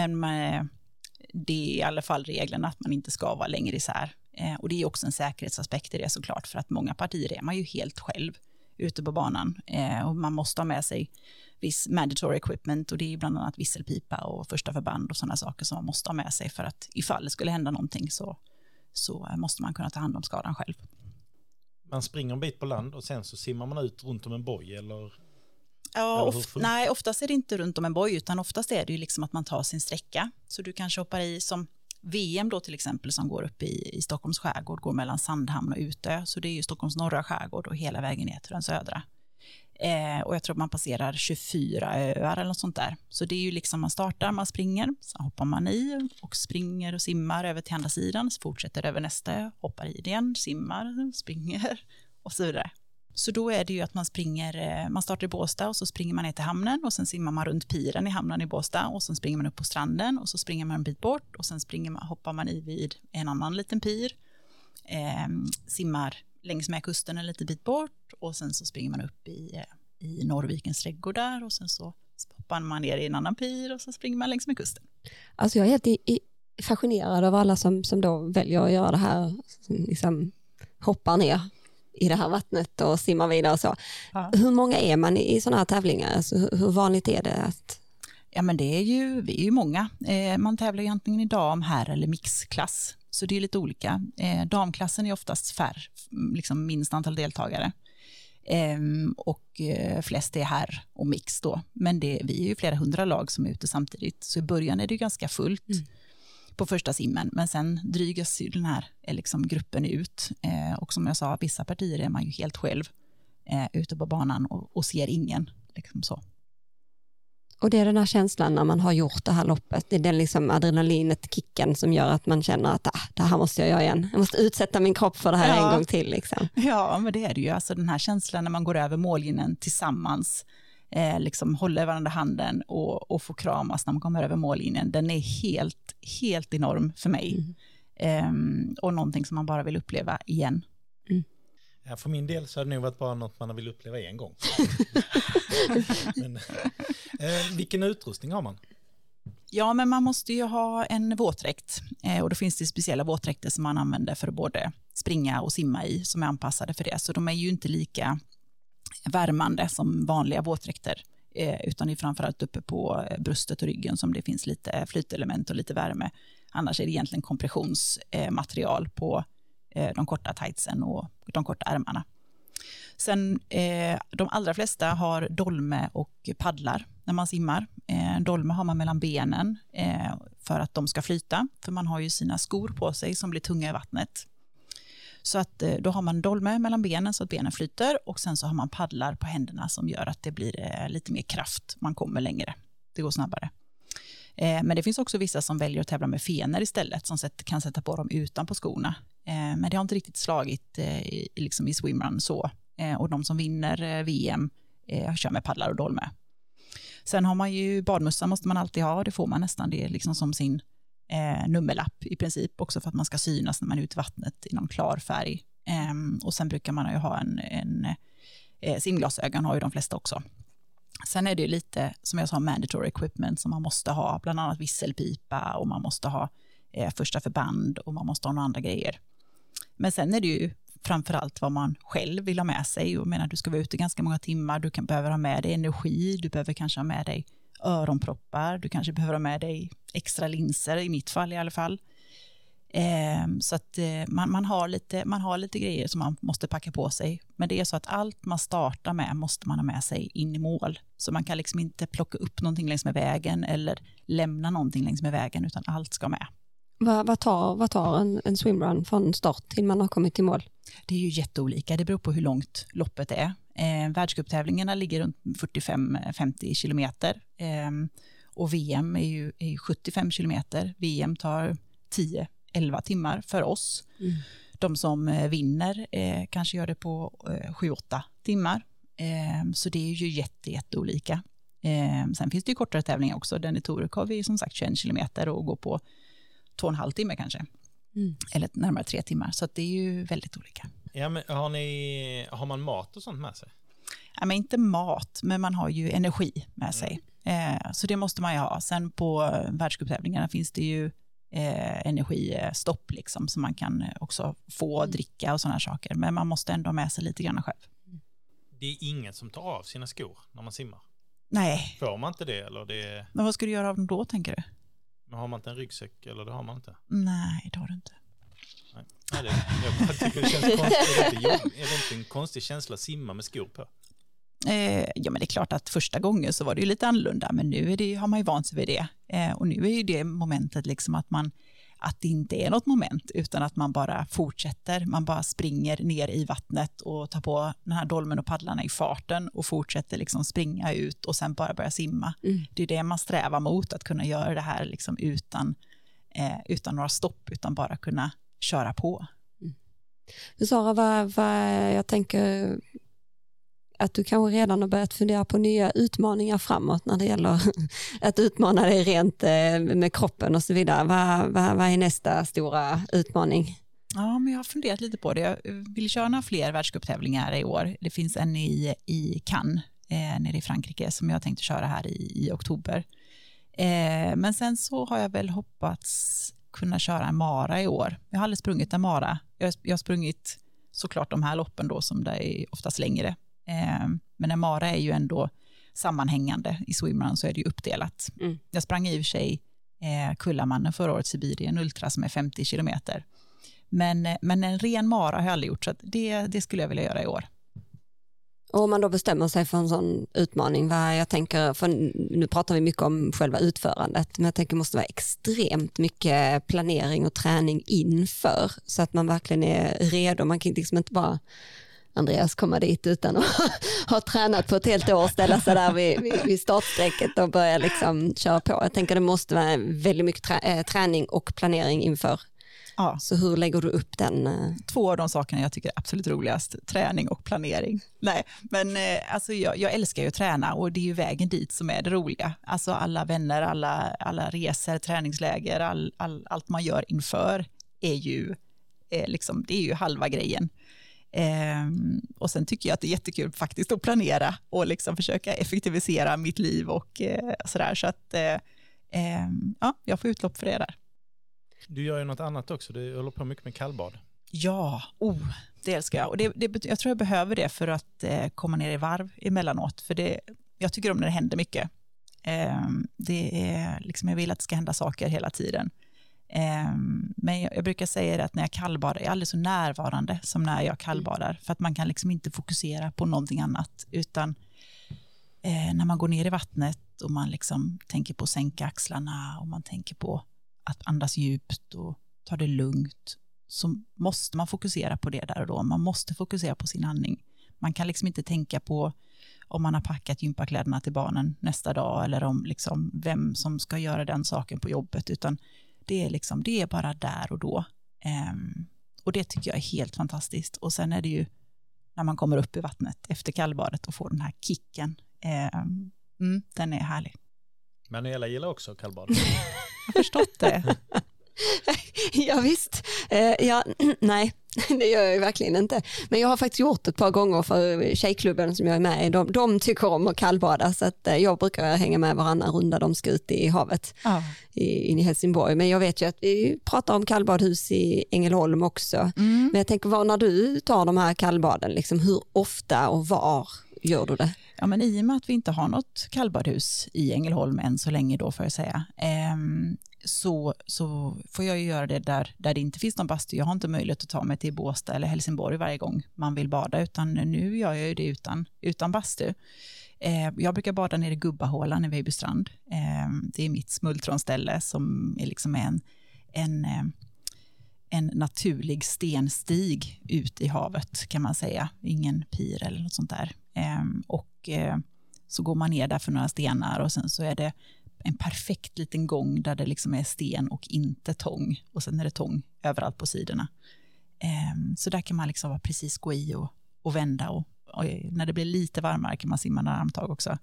det är i alla fall reglerna att man inte ska vara längre isär. Och det är också en säkerhetsaspekt i det såklart för att många partier är man ju helt själv ute på banan och man måste ha med sig viss mandatory equipment och det är bland annat visselpipa och första förband och sådana saker som man måste ha med sig för att ifall det skulle hända någonting så måste man kunna ta hand om skadan själv. Man springer en bit på land och sen så simmar man ut runt om en boj eller? Ja, nej, oftast är det inte runt om en boj utan oftast är det ju liksom att man tar sin sträcka så du kanske hoppar i som VM då till exempel som går upp i Stockholms skärgård går mellan Sandhamn och Utö så det är ju Stockholms norra skärgård och hela vägen ner till den södra. Och jag tror att man passerar 24 öar eller något sånt där. Så det är ju liksom man startar, man springer, så hoppar man i och springer och simmar över till andra sidan, så fortsätter över nästa, hoppar i det igen, simmar, springer och så vidare. Så då är det ju att man springer, man startar i Båstad och så springer man ner till hamnen och sen simmar man runt piren i hamnen i Båstad och sen springer man upp på stranden och så springer man en bit bort och sen hoppar man i vid en annan liten pir, simmar längs med kusten en liten bit bort och sen så springer man upp i Norrvikens trädgård där och sen så hoppar man ner i en annan pir och så springer man längs med kusten. Alltså jag är helt fascinerad av alla som då väljer att göra det här, som liksom hoppar ner i det här vattnet och simmar vidare och så. Ja. Hur många är man i sådana här tävlingar? Alltså, hur vanligt är det att... Ja men vi är ju många. Man tävlar ju antingen i dam, herr eller mixklass. Så det är lite olika. Damklassen är oftast liksom minst antal deltagare. Och flest är herr och mix då. Men vi är ju flera 100 lag som är ute samtidigt. Så i början är det ju ganska fullt på första simmen. Men sen drygas ju den här liksom gruppen ut. Och som jag sa, vissa partier är man ju helt själv ute på banan och ser ingen. Liksom så. Och det är den här känslan när man har gjort det här loppet. Det är den liksom adrenalinet, kicken som gör att man känner att det här måste jag göra igen. Jag måste utsätta min kropp för det här en gång till. Liksom. Ja, men det är det ju. Alltså den här känslan när man går över mållinjen tillsammans liksom håller varandra handen och får kramas när man kommer över mållinjen. Den är helt enorm för mig. Och någonting som man bara vill uppleva igen. Ja, för min del så har det nog varit bara något man vill uppleva en gång. Men, vilken utrustning har man? Ja, men man måste ju ha en våtdräkt. Och då finns det speciella våtdräkter som man använder för att både springa och simma i, som är anpassade för det. Så de är ju inte lika värmande som vanliga våtdräkter. Utan det är framförallt uppe på bröstet och ryggen som det finns lite flytelement och lite värme. Annars är det egentligen kompressionsmaterial på de korta tightsen och de korta ärmarna. Sen de allra flesta har dolme och paddlar när man simmar. Dolme har man mellan benen för att de ska flyta. För man har ju sina skor på sig som blir tunga i vattnet. Så att då har man dolme mellan benen så att benen flyter. Och sen så har man paddlar på händerna som gör att det blir lite mer kraft. Man kommer längre. Det går snabbare. Men det finns också vissa som väljer att tävla med fenor istället. Som kan sätta på dem utanpå skorna. Men det har inte riktigt slagit liksom i swimrun så. Och de som vinner VM kör med paddlar och dolme. Sen har man ju badmössa måste man alltid ha. Det får man nästan. Det är liksom som sin nummerlapp i princip. Också för att man ska synas när man är ute i vattnet i någon klar färg. Och sen brukar man ju ha en simglasögon har ju de flesta också. Sen är det ju lite som jag sa mandatory equipment som man måste ha. Bland annat visselpipa och man måste ha första förband och man måste ha några andra grejer. Men sen är det ju framförallt vad man själv vill ha med sig. Jag menar, du ska vara ute ganska många timmar. Du behöver ha med dig energi. Du behöver kanske ha med dig öronproppar. Du kanske behöver ha med dig extra linser, i mitt fall i alla fall. Så att man har lite grejer som man måste packa på sig. Men det är så att allt man startar med måste man ha med sig in i mål. Så man kan liksom inte plocka upp någonting längs med vägen eller lämna någonting längs med vägen, utan allt ska med. Vad tar en swimrun från start till man har kommit till mål? Det är ju jätteolika. Det beror på hur långt loppet är. Världscuptävlingarna ligger runt 45-50 kilometer. Och VM är ju 75 kilometer. VM tar 10-11 timmar för oss. De som vinner kanske gör det på 7-8 timmar. Så det är ju jätteolika. Sen finns det ju kortare tävlingar också. Den i Torekov är som sagt 21 kilometer och går på 2,5 timmar kanske. Eller närmare 3 timmar. Så att det är ju väldigt olika. Ja, men har man mat och sånt med sig? Ja, men inte mat, men man har ju energi med sig. Så det måste man ju ha. Sen på världscuptävlingarna finns det ju energistopp liksom, så man kan också få dricka och sådana saker. Men man måste ändå ha med sig lite grann själv. Det är ingen som tar av sina skor när man simmar? Nej. Får man inte det? Eller det... Men vad ska du göra av dem då, tänker du? Men har man inte en ryggsäck eller det har man inte? Nej, det har du inte. Nej, jag bara tycker det känns konstigt. Är det inte en konstig känsla att simma med skor på? Ja, men det är klart att första gången så var det ju lite annorlunda, men nu har man ju vant sig vid det. Och nu är ju det momentet liksom att det inte är något moment, utan att man bara fortsätter. Man bara springer ner i vattnet och tar på den här dolmen och paddlarna i farten och fortsätter liksom springa ut och sen bara börja simma. Det är det man strävar mot, att kunna göra det här liksom utan några stopp, utan bara kunna köra på. Sara, jag tänker att du kanske redan har börjat fundera på nya utmaningar framåt när det gäller att utmana dig rent med kroppen och så vidare. Vad är nästa stora utmaning? Ja, men jag har funderat lite på det. Jag vill köra några fler världscuptävlingar i år. Det finns en i Cannes nere i Frankrike som jag tänkte köra här i oktober. Men sen så har jag väl hoppats kunna köra en mara i år. Jag har aldrig sprungit en mara. Jag har sprungit såklart de här loppen då som det är oftast längre. Men en mara är ju ändå sammanhängande. I swimrun så är det ju uppdelat. Jag sprang i och för sig Kullamannen förra året, Sibirien Ultra, som är 50 kilometer. Men en ren mara har jag aldrig gjort, så att det skulle jag vilja göra i år. Och om man då bestämmer sig för en sån utmaning, jag tänker, för nu pratar vi mycket om själva utförandet, men jag tänker det måste vara extremt mycket planering och träning inför, så att man verkligen är redo. Man kan liksom inte bara Andreas komma dit utan att ha tränat på ett helt år, ställa sig där vid startsträcket och börja liksom köra på. Jag tänker det måste vara väldigt mycket träning och planering inför. Ja. Så hur lägger du upp den? 2 av de sakerna jag tycker är absolut roligast, träning och planering. Nej, men alltså jag älskar ju att träna och det är ju vägen dit som är det roliga. Alltså alla vänner, alla resor, träningsläger, allt man gör inför är ju liksom, det är ju halva grejen. Och sen tycker jag att det är jättekul faktiskt att planera och liksom försöka effektivisera mitt liv och sådär. Så att ja, jag får utlopp för det där. Du gör ju något annat också, du håller på mycket med kallbad. Ja, det älskar jag. Och jag tror jag behöver det för att komma ner i varv emellanåt. För jag tycker om när det händer mycket. Det är liksom, jag vill att det ska hända saker hela tiden. Men jag brukar säga att när jag kallbadar är jag aldrig så närvarande som när jag kallbadar. För att man kan liksom inte fokusera på någonting annat. Utan när man går ner i vattnet och man liksom tänker på att sänka axlarna och man tänker på att andas djupt och ta det lugnt, så måste man fokusera på det där och då. Man måste fokusera på sin andning. Man kan liksom inte tänka på om man har packat gympakläderna till barnen nästa dag eller om liksom vem som ska göra den saken på jobbet, utan det är bara där och då. Och det tycker jag är helt fantastiskt. Och sen är det ju när man kommer upp i vattnet efter kallbadet och får den här kicken. Den är härlig. Manuela gillar också kallbad. Jag har förstått det. Ja visst, nej det gör jag ju verkligen inte. Men jag har faktiskt gjort ett par gånger för tjejklubben som jag är med i. De tycker om att kallbada, så att jag brukar hänga med varannan runda de ska ut i havet in i Helsingborg. Men jag vet ju att vi pratar om kallbadhus i Ängelholm också. Men jag tänker, när du tar de här kallbaden, liksom, hur ofta och var gör du det? Ja, men i och med att vi inte har något kallbadhus i Ängelholm än så länge då, får jag säga, så får jag ju göra det där det inte finns någon bastu. Jag har inte möjlighet att ta mig till Båstad eller Helsingborg varje gång man vill bada, utan nu gör jag ju det utan bastu. Jag brukar bada nere i Gubbahålan i Vejbystrand. Det är mitt smultronställe som är liksom en naturlig stenstig ut i havet, kan man säga. Ingen pir eller något sånt där. Så går man ner där för några stenar och sen så är det en perfekt liten gång där det liksom är sten och inte tång. Och sen är det tång överallt på sidorna. Så där kan man liksom precis gå i och vända. Och när det blir lite varmare kan man simma några armtag också.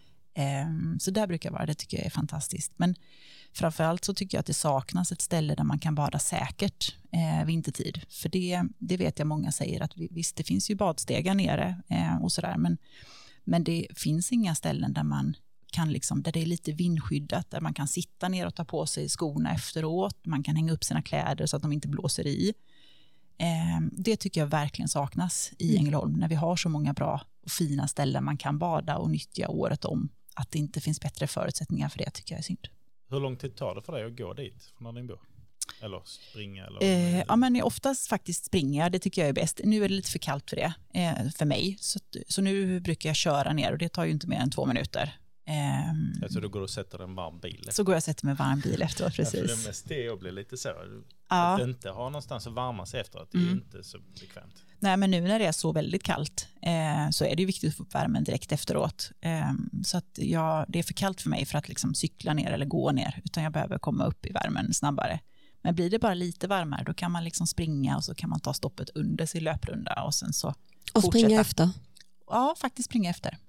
Så där brukar jag vara. Det tycker jag är fantastiskt. Men framförallt så tycker jag att det saknas ett ställe där man kan bada säkert vintertid. För det vet jag många säger att visst, det finns ju badstegar nere och sådär. Men det finns inga ställen där man kan liksom, där det är lite vindskyddat, där man kan sitta ner och ta på sig skorna efteråt. Man kan hänga upp sina kläder så att de inte blåser i. Det tycker jag verkligen saknas i Ängelholm, när vi har så många bra och fina ställen man kan bada och nyttja året om. Att det inte finns bättre förutsättningar för det tycker jag är synd. Hur lång tid tar det för dig att gå dit från när ni bor? Eller springa? Eller... Ja, men oftast faktiskt springer jag. Det tycker jag är bäst. Nu är det lite för kallt för det, för mig. Så nu brukar jag köra ner och det tar ju inte mer än 2 minuter. Så du går och sätter en varm bil efter. Så går jag och sätter mig en varm bil efteråt, precis. Ja, för det mest det blir lite så. Att inte ha någonstans att varma sig efteråt, det är inte så bekvämt. Nej, men nu när det är så väldigt kallt så är det ju viktigt att få upp värmen direkt efteråt. Så att det är för kallt för mig för att liksom cykla ner eller gå ner, utan jag behöver komma upp i värmen snabbare. Men blir det bara lite varmare, då kan man liksom springa och så kan man ta stoppet under sin löprunda och sen så och fortsätta. Springa efter? Ja, faktiskt springa efter.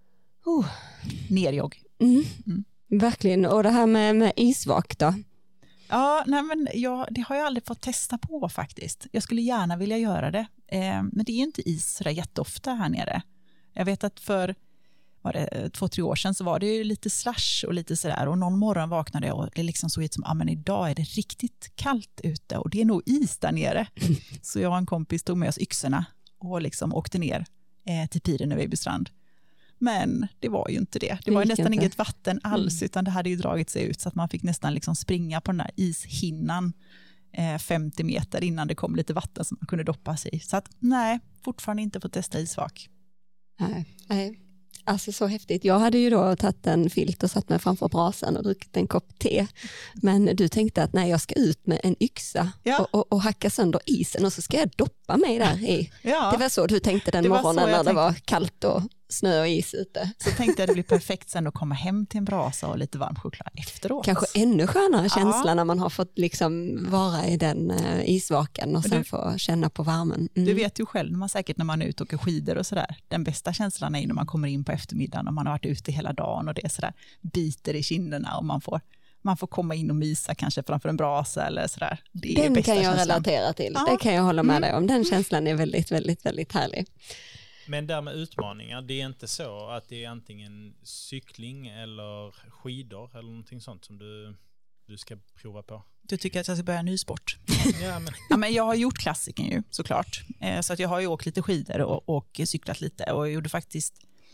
Nerjogg. Verkligen. Och det här med isvak då? Ja, nej men det har jag aldrig fått testa på faktiskt. Jag skulle gärna vilja göra det. Men det är inte is så där jätteofta här nere. Jag vet att för 2-3 år sedan så var det ju lite slash och lite sådär. Och någon morgon vaknade jag och det liksom såg ut som, men idag är det riktigt kallt ute och det är nog is där nere. Så jag och en kompis tog med oss yxorna och liksom åkte ner till piren i Vejbystrand. Men det var ju inte det. Det var ju nästan inget vatten alls, utan det hade ju dragit sig ut så att man fick nästan liksom springa på den här ishinnan 50 meter innan det kom lite vatten som man kunde doppa sig i. Så att nej, fortfarande inte fått testa isvak. Nej. Alltså så häftigt. Jag hade ju då tagit en filt och satt mig framför brasan och druckit en kopp te. Men du tänkte att jag ska ut med en yxa och hacka sönder isen och så ska jag doppa mig där i. Ja. Det var så du tänkte den morgonen när det var kallt och snö och is ute. Så tänkte jag det blir perfekt sen att komma hem till en brasa och lite varm choklad efteråt. Kanske ännu skönare känsla när man har fått liksom vara i den isvaken och sen få känna på värmen. Du vet ju själv när man är ute och åker skidor och sådär. Den bästa känslan är när man kommer in på eftermiddagen och man har varit ute hela dagen och det är sådär biter i kinderna och man får komma in och mysa kanske framför en brasa eller sådär. Den kan jag relatera till. Ja. Det kan jag hålla med dig om. Den känslan är väldigt, väldigt, väldigt härlig. Men där med utmaningar, det är inte så att det är antingen cykling eller skidor eller någonting sånt som du ska prova på? Du tycker att jag ska börja en ny sport? Men jag har gjort klassiken ju, såklart. Så att jag har ju åkt lite skidor och cyklat lite och jag gjorde faktiskt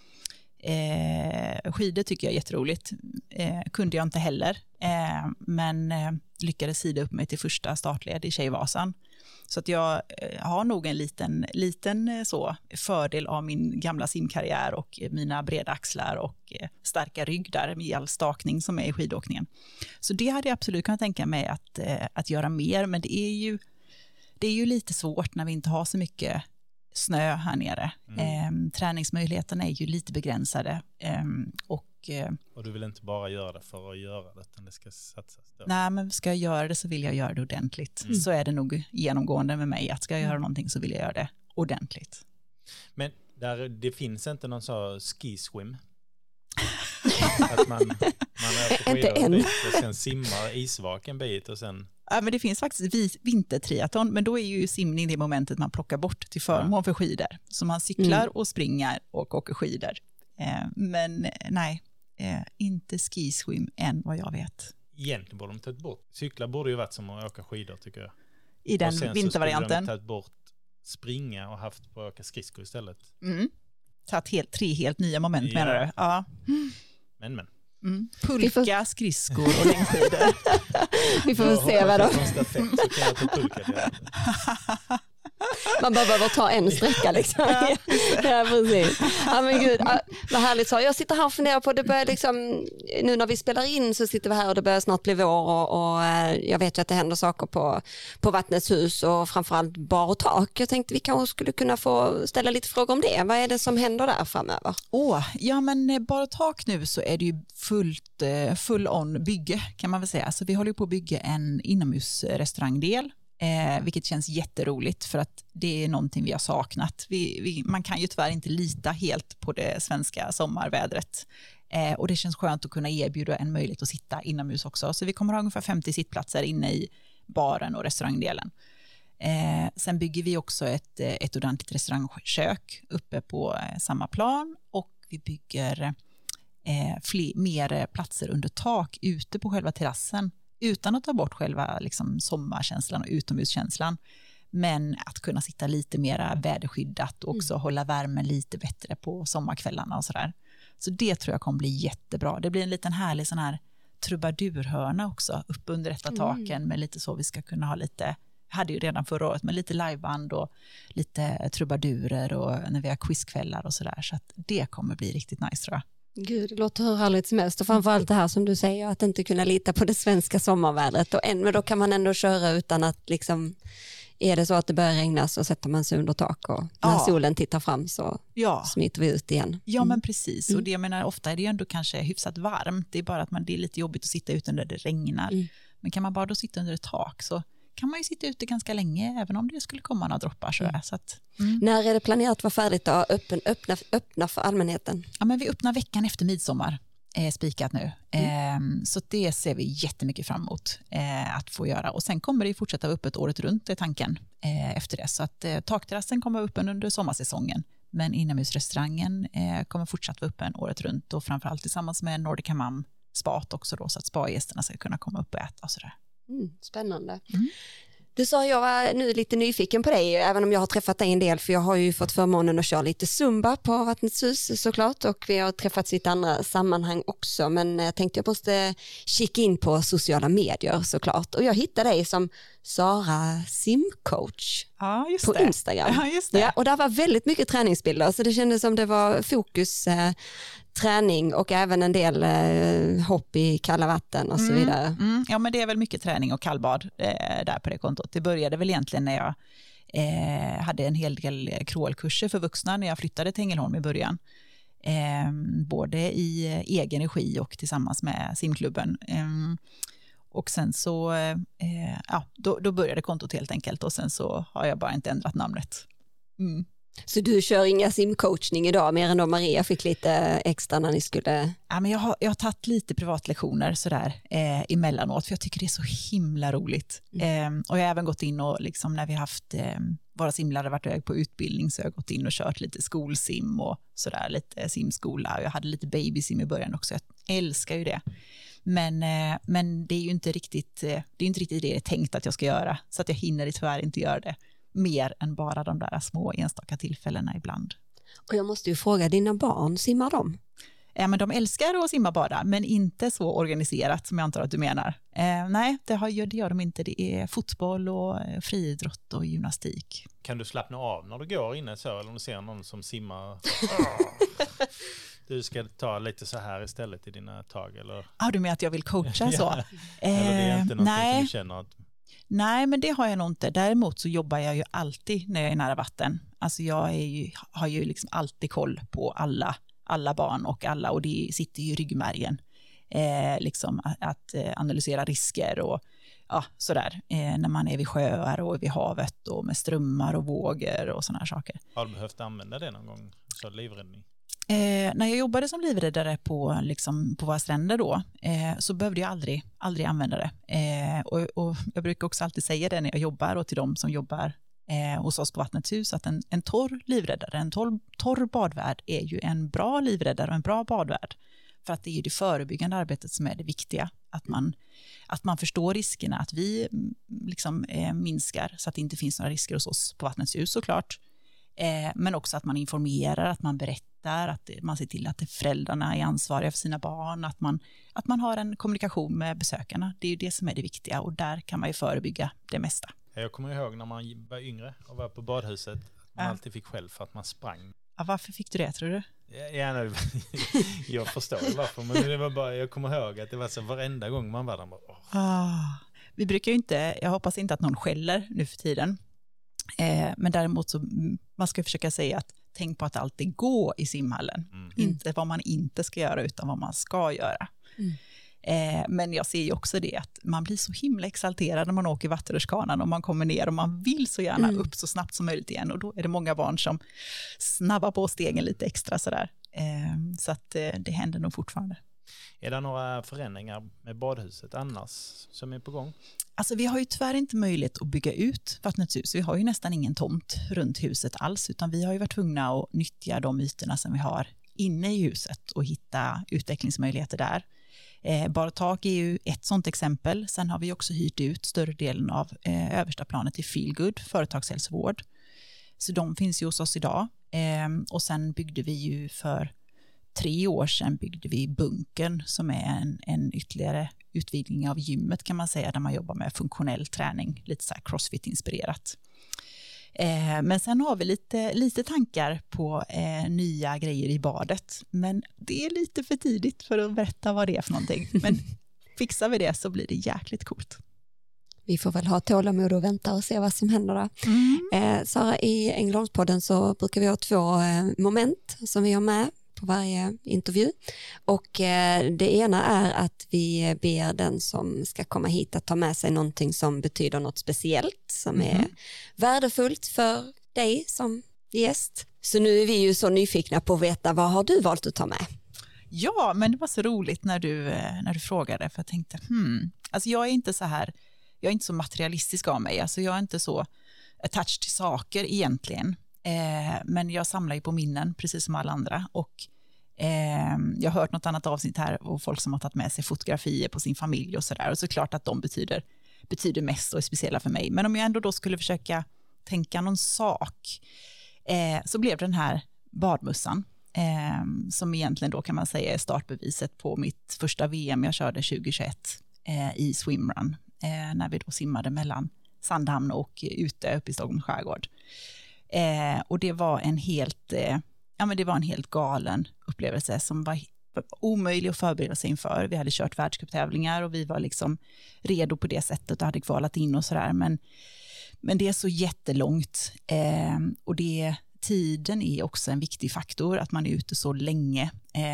skidor tycker jag är jätteroligt. Kunde jag inte heller. Men lyckades sida upp mig till första startled i Tjejvasan. Så att jag har nog en liten så fördel av min gamla simkarriär och mina breda axlar och starka rygg där med all stakning som är i skidåkningen. Så det hade jag absolut kunnat tänka mig att göra mer, men det är ju lite svårt när vi inte har så mycket snö här nere. Träningsmöjligheterna är ju lite begränsade. Och du vill inte bara göra det för att göra det, utan det ska satsas då? Nej, men ska jag göra det så vill jag göra det ordentligt. Så är det nog genomgående med mig, att ska jag göra någonting så vill jag göra det ordentligt. Men det finns inte någon så ski-swim? Att man inte än. Och sen simmar isvak en bit och sen... Ja, men det finns faktiskt vintertriathlon, men då är ju simning det momentet man plockar bort till förmån för skidor. Så man cyklar och springer och åker skidor. Men nej, inte ski-swim än vad jag vet. Egentligen borde de tagit bort. Cyklar borde ju varit som att åka skidor tycker jag. I den vintervarianten. Och sen så skulle de tagit bort springa och haft på att åka skridskor istället. Tagit 3 helt nya moment menar du? Ja. Men. Pulka, skridskor och längdskidor. Vi får väl se vad då. Så kan jag ta pulka det. Man bara behöver ta en sträcka liksom. Ja, precis. Ja, men gud, vad härligt så. Jag sitter här och funderar på, det börjar liksom, nu när vi spelar in så sitter vi här och det börjar snart bli vår och jag vet ju att det händer saker på Vattnets hus och framförallt bar och tak. Jag tänkte vi kanske skulle kunna få ställa lite frågor om det. Vad är det som händer där framöver? Ja men bar och tak nu så är det ju full on bygge kan man väl säga. Så vi håller på att bygga en inomhusrestaurangdel. Vilket känns jätteroligt för att det är någonting vi har saknat. Man kan ju tyvärr inte lita helt på det svenska sommarvädret. Och det känns skönt att kunna erbjuda en möjlighet att sitta inomhus också. Så vi kommer ha ungefär 50 sittplatser inne i baren och restaurangdelen. Sen bygger vi också ett ordentligt restaurangkök uppe på samma plan. Och vi bygger mer platser under tak ute på själva terrassen. Utan att ta bort själva liksom, sommarkänslan och utomhuskänslan. Men att kunna sitta lite mer väderskyddat och också hålla värmen lite bättre på sommarkvällarna och sådär. Så det tror jag kommer bli jättebra. Det blir en liten härlig sån här trubadurhörna också upp under detta taken med lite så vi ska kunna ha lite, hade ju redan förra året med lite liveband och lite trubadurer och när vi har quizkvällar och sådär. Så att det kommer bli riktigt nice tror jag. Gud, det låter hur härligt som helst och framförallt det här som du säger att inte kunna lita på det svenska sommarvädret men då kan man ändå köra utan att liksom, är det så att det börjar regna så sätter man sig under tak och när solen tittar fram så smiter vi ut igen. Ja men precis och det jag menar ofta är det ju ändå kanske hyfsat varmt, det är bara att det är lite jobbigt att sitta ute när det regnar men kan man bara då sitta under ett tak så kan man ju sitta ute ganska länge även om det skulle komma några droppar. Så att, När är det planerat att vara färdigt och öppna för allmänheten? Ja, men vi öppnar veckan efter midsommar, spikat nu. Så det ser vi jättemycket fram emot att få göra. Och sen kommer det fortsätta vara öppet året runt, är tanken efter det. Så att takterrassen kommer vara öppen under sommarsäsongen. Men inomhusrestaurangen kommer fortsatt vara öppen året runt och framförallt tillsammans med Nordic Hammam spat också då, så att spagästerna ska kunna komma upp och äta och sådär. Spännande. Du sa jag var nu lite nyfiken på dig även om jag har träffat dig en del för jag har ju fått förmånen att köra lite Zumba på Vattnets hus såklart och vi har träffats i ett andra sammanhang också men jag tänkte jag måste kika in på sociala medier såklart och jag hittade dig som Sara simcoach på Instagram. Ja, just det. Ja, och där var väldigt mycket träningsbilder så det kändes som det var fokus träning och även en del hopp i kalla vatten och så vidare. Ja men det är väl mycket träning och kallbad där på det kontot. Det började väl egentligen när jag hade en hel del crawlkurser för vuxna när jag flyttade till Ängelholm i början. både i egen regi och tillsammans med simklubben. Och sen så, då började kontot helt enkelt och sen så har jag bara inte ändrat namnet. Mm. Så du kör inga simcoachning idag mer än då Maria fick lite extra när ni skulle... Ja, men jag har tagit lite privatlektioner sådär emellanåt för jag tycker det är så himla roligt. Och jag har även gått in och liksom, när vi haft våra simlare varit iväg på utbildning så jag har gått in och kört lite skolsim och sådär, lite simskola. Och jag hade lite babysim i början också, jag älskar ju det. Men det är ju inte riktigt det är tänkt att jag ska göra så att jag hinner tyvärr inte göra det mer än bara de där små enstaka tillfällena ibland. Och jag måste ju fråga, dina barn, simmar de? Ja, men de älskar att simma bara, men inte så organiserat som jag antar att du menar. Nej, det gör de inte. Det är fotboll och friidrott och gymnastik. Kan du slappna av när du går inne så, eller om du ser någon som simmar? Du ska ta lite så här istället i dina tag, eller? Ja, du menar att jag vill coacha så? Eller det är inte någonting som du känner att... Nej, men det har jag nog inte. Däremot så jobbar jag ju alltid när jag är nära vatten. Alltså har ju liksom alltid koll på alla barn och alla, och det sitter ju i ryggmärgen. Liksom att analysera risker och sådär. När man är vid sjöar och vid havet och med strömmar och vågor och sådana här saker. Har du behövt använda det någon gång, så livräddning? När jag jobbade som livräddare på våra stränder då, så behövde jag aldrig använda det. Och jag brukar också alltid säga det när jag jobbar och till de som jobbar hos oss på Vattnets hus, att en torr livräddare, en torr badvärd är ju en bra livräddare och en bra badvärd. För att det är ju det förebyggande arbetet som är det viktiga. Att man förstår riskerna, att vi liksom minskar så att det inte finns några risker hos oss på Vattnets hus såklart. Men också att man informerar, att man berättar, att man ser till att föräldrarna är ansvariga för sina barn, att man har en kommunikation med besökarna. Det är ju det som är det viktiga, och där kan man ju förebygga det mesta. Jag kommer ihåg när man var yngre och var på badhuset, att man alltid fick själv för att man sprang. Ja, varför fick du det, tror du? Ja, jag förstår varför, men det var bara, jag kommer ihåg att det var så varenda gång man var där. Vi brukar ju inte, jag hoppas inte att någon skäller nu för tiden. Men däremot så man ska försöka säga att tänk på att alltid gå i simhallen. Inte vad man inte ska göra utan vad man ska göra. Men jag ser ju också det att man blir så himla exalterad när man åker vattenrutschkanan och man kommer ner och man vill så gärna upp så snabbt som möjligt igen, och då är det många barn som snabbar på stegen lite extra sådär. Så att det händer nog fortfarande. Är det några förändringar med badhuset annars som är på gång? Alltså vi har ju tyvärr inte möjlighet att bygga ut Vattnets hus. Vi har ju nästan ingen tomt runt huset alls, utan vi har ju varit tvungna att nyttja de ytorna som vi har inne i huset och hitta utvecklingsmöjligheter där. Bara tak är ju ett sådant exempel. Sen har vi också hyrt ut större delen av översta planet till Feelgood, företagshälsovård. Så de finns ju hos oss idag. Och sen byggde vi ju för 3 år sedan byggde vi Bunkern, som är en ytterligare utvidgning av gymmet kan man säga, där man jobbar med funktionell träning, lite så här crossfit-inspirerat. Men sen har vi lite tankar på nya grejer i badet, men det är lite för tidigt för att berätta vad det är för någonting. Men fixar vi det så blir det jäkligt coolt. Vi får väl ha tålamod och vänta och se vad som händer där. Sara, i Ängelholmspodden så brukar vi ha 2 moment som vi har med på varje intervju, och det ena är att vi ber den som ska komma hit att ta med sig någonting som betyder något speciellt, som är värdefullt för dig som gäst. Så nu är vi ju så nyfikna på att veta, vad har du valt att ta med? Ja, men det var så roligt när du frågade, för jag tänkte, alltså jag är inte så materialistisk av mig, alltså jag är inte så attached till saker egentligen. Men jag samlar ju på minnen precis som alla andra, och jag har hört något annat avsnitt här och folk som har tagit med sig fotografier på sin familj och sådär, och såklart att de betyder mest och är speciella för mig. Men om jag ändå då skulle försöka tänka någon sak, så blev den här badmössan, som egentligen då kan man säga är startbeviset på mitt första VM jag körde 2021 i swimrun, när vi då simmade mellan Sandhamn och Utö uppe i Stockholms skärgård. Och det var en helt galen upplevelse som var omöjlig att förbereda sig inför. Vi hade kört världscuptävlingar och vi var liksom redo på det sättet och hade kvalat in och sådär, men det är så jättelångt, och det tiden är också en viktig faktor, att man är ute så länge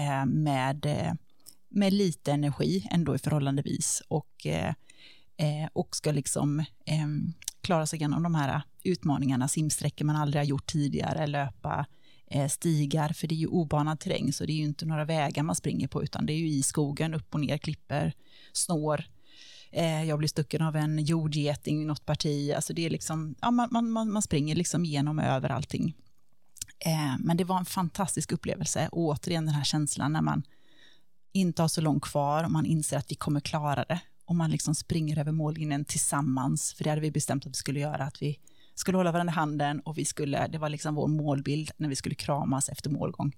med lite energi ändå i förhållandevis och ska liksom klara sig igenom de här utmaningarna, simsträckor man aldrig har gjort tidigare, löpa stigar, för det är ju obanad terräng, så det är ju inte några vägar man springer på, utan det är ju i skogen, upp och ner, klipper, snår. Jag blir stucken av en jordgeting i något parti, alltså det är liksom, ja, man springer liksom igenom över allting. Men det var en fantastisk upplevelse, och återigen den här känslan när man inte har så långt kvar och man inser att vi kommer klara det, och man liksom springer över mållinjen tillsammans, för det hade vi bestämt att vi skulle göra, att vi skulle hålla varandra i handen, och det var liksom vår målbild när vi skulle kramas efter målgång.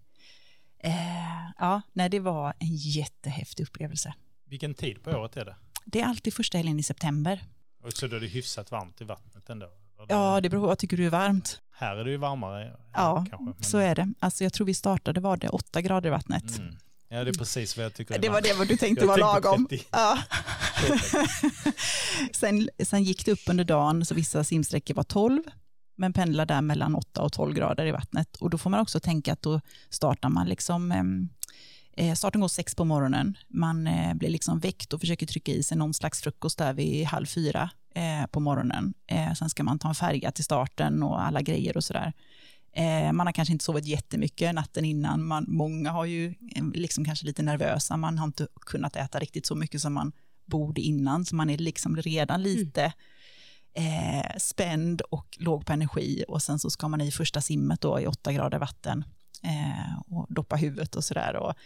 Det var en jättehäftig upplevelse. Vilken tid på året är det? Det är alltid första helgen i september. Och så då är det hyfsat varmt i vattnet ändå? Ja, det beror på vad tycker du är varmt. Här är det ju varmare. Ja, kanske, men... så är det. Alltså jag tror vi startade, var det 8 grader i vattnet. Mm. Ja, det är precis vad jag tycker. Det var det vad du tänkte var lagom. Ja. sen gick det upp under dagen, så vissa simsträckor var 12, men pendlar där mellan 8 och 12 grader i vattnet. Och då får man också tänka att då startar man liksom... Starten går 6 på morgonen. Man blir liksom väckt och försöker trycka i sig någon slags frukost där vid 3:30 på morgonen. Sen ska man ta en färja till starten och alla grejer och sådär. Man har kanske inte sovit jättemycket natten innan. Många har ju liksom kanske lite nervösa. Man har inte kunnat äta riktigt så mycket som man borde innan. Så man är liksom redan lite spänd och låg på energi. Och sen så ska man i första simmet då i 8 grader vatten. Och doppa huvudet och sådär.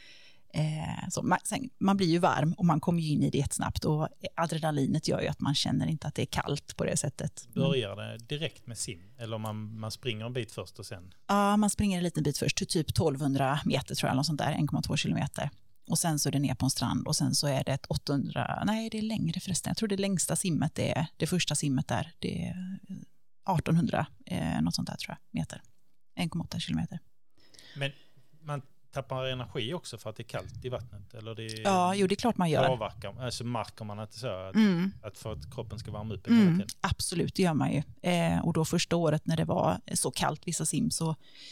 Man blir ju varm och man kommer ju in i det snabbt, och adrenalinet gör ju att man känner inte att det är kallt på det sättet. Börjar det direkt med sim? Eller man springer en bit först och sen? Ja, man springer en liten bit först, typ 1200 meter tror jag, något sånt där, 1,2 kilometer. Och sen så är det ner på en strand, och sen så är det ett 800, nej det är längre förresten. Jag tror det längsta simmet det är det första simmet där. Det är 1800, något sånt där tror jag, meter. 1,8 kilometer. Men man tappar energi också för att det är kallt i vattnet? Eller det är, ja, det är klart man gör. Alltså märker man inte så att för att kroppen ska värma upp hela tiden? Absolut, det gör man ju. Och då första året när det var så kallt vissa sim, så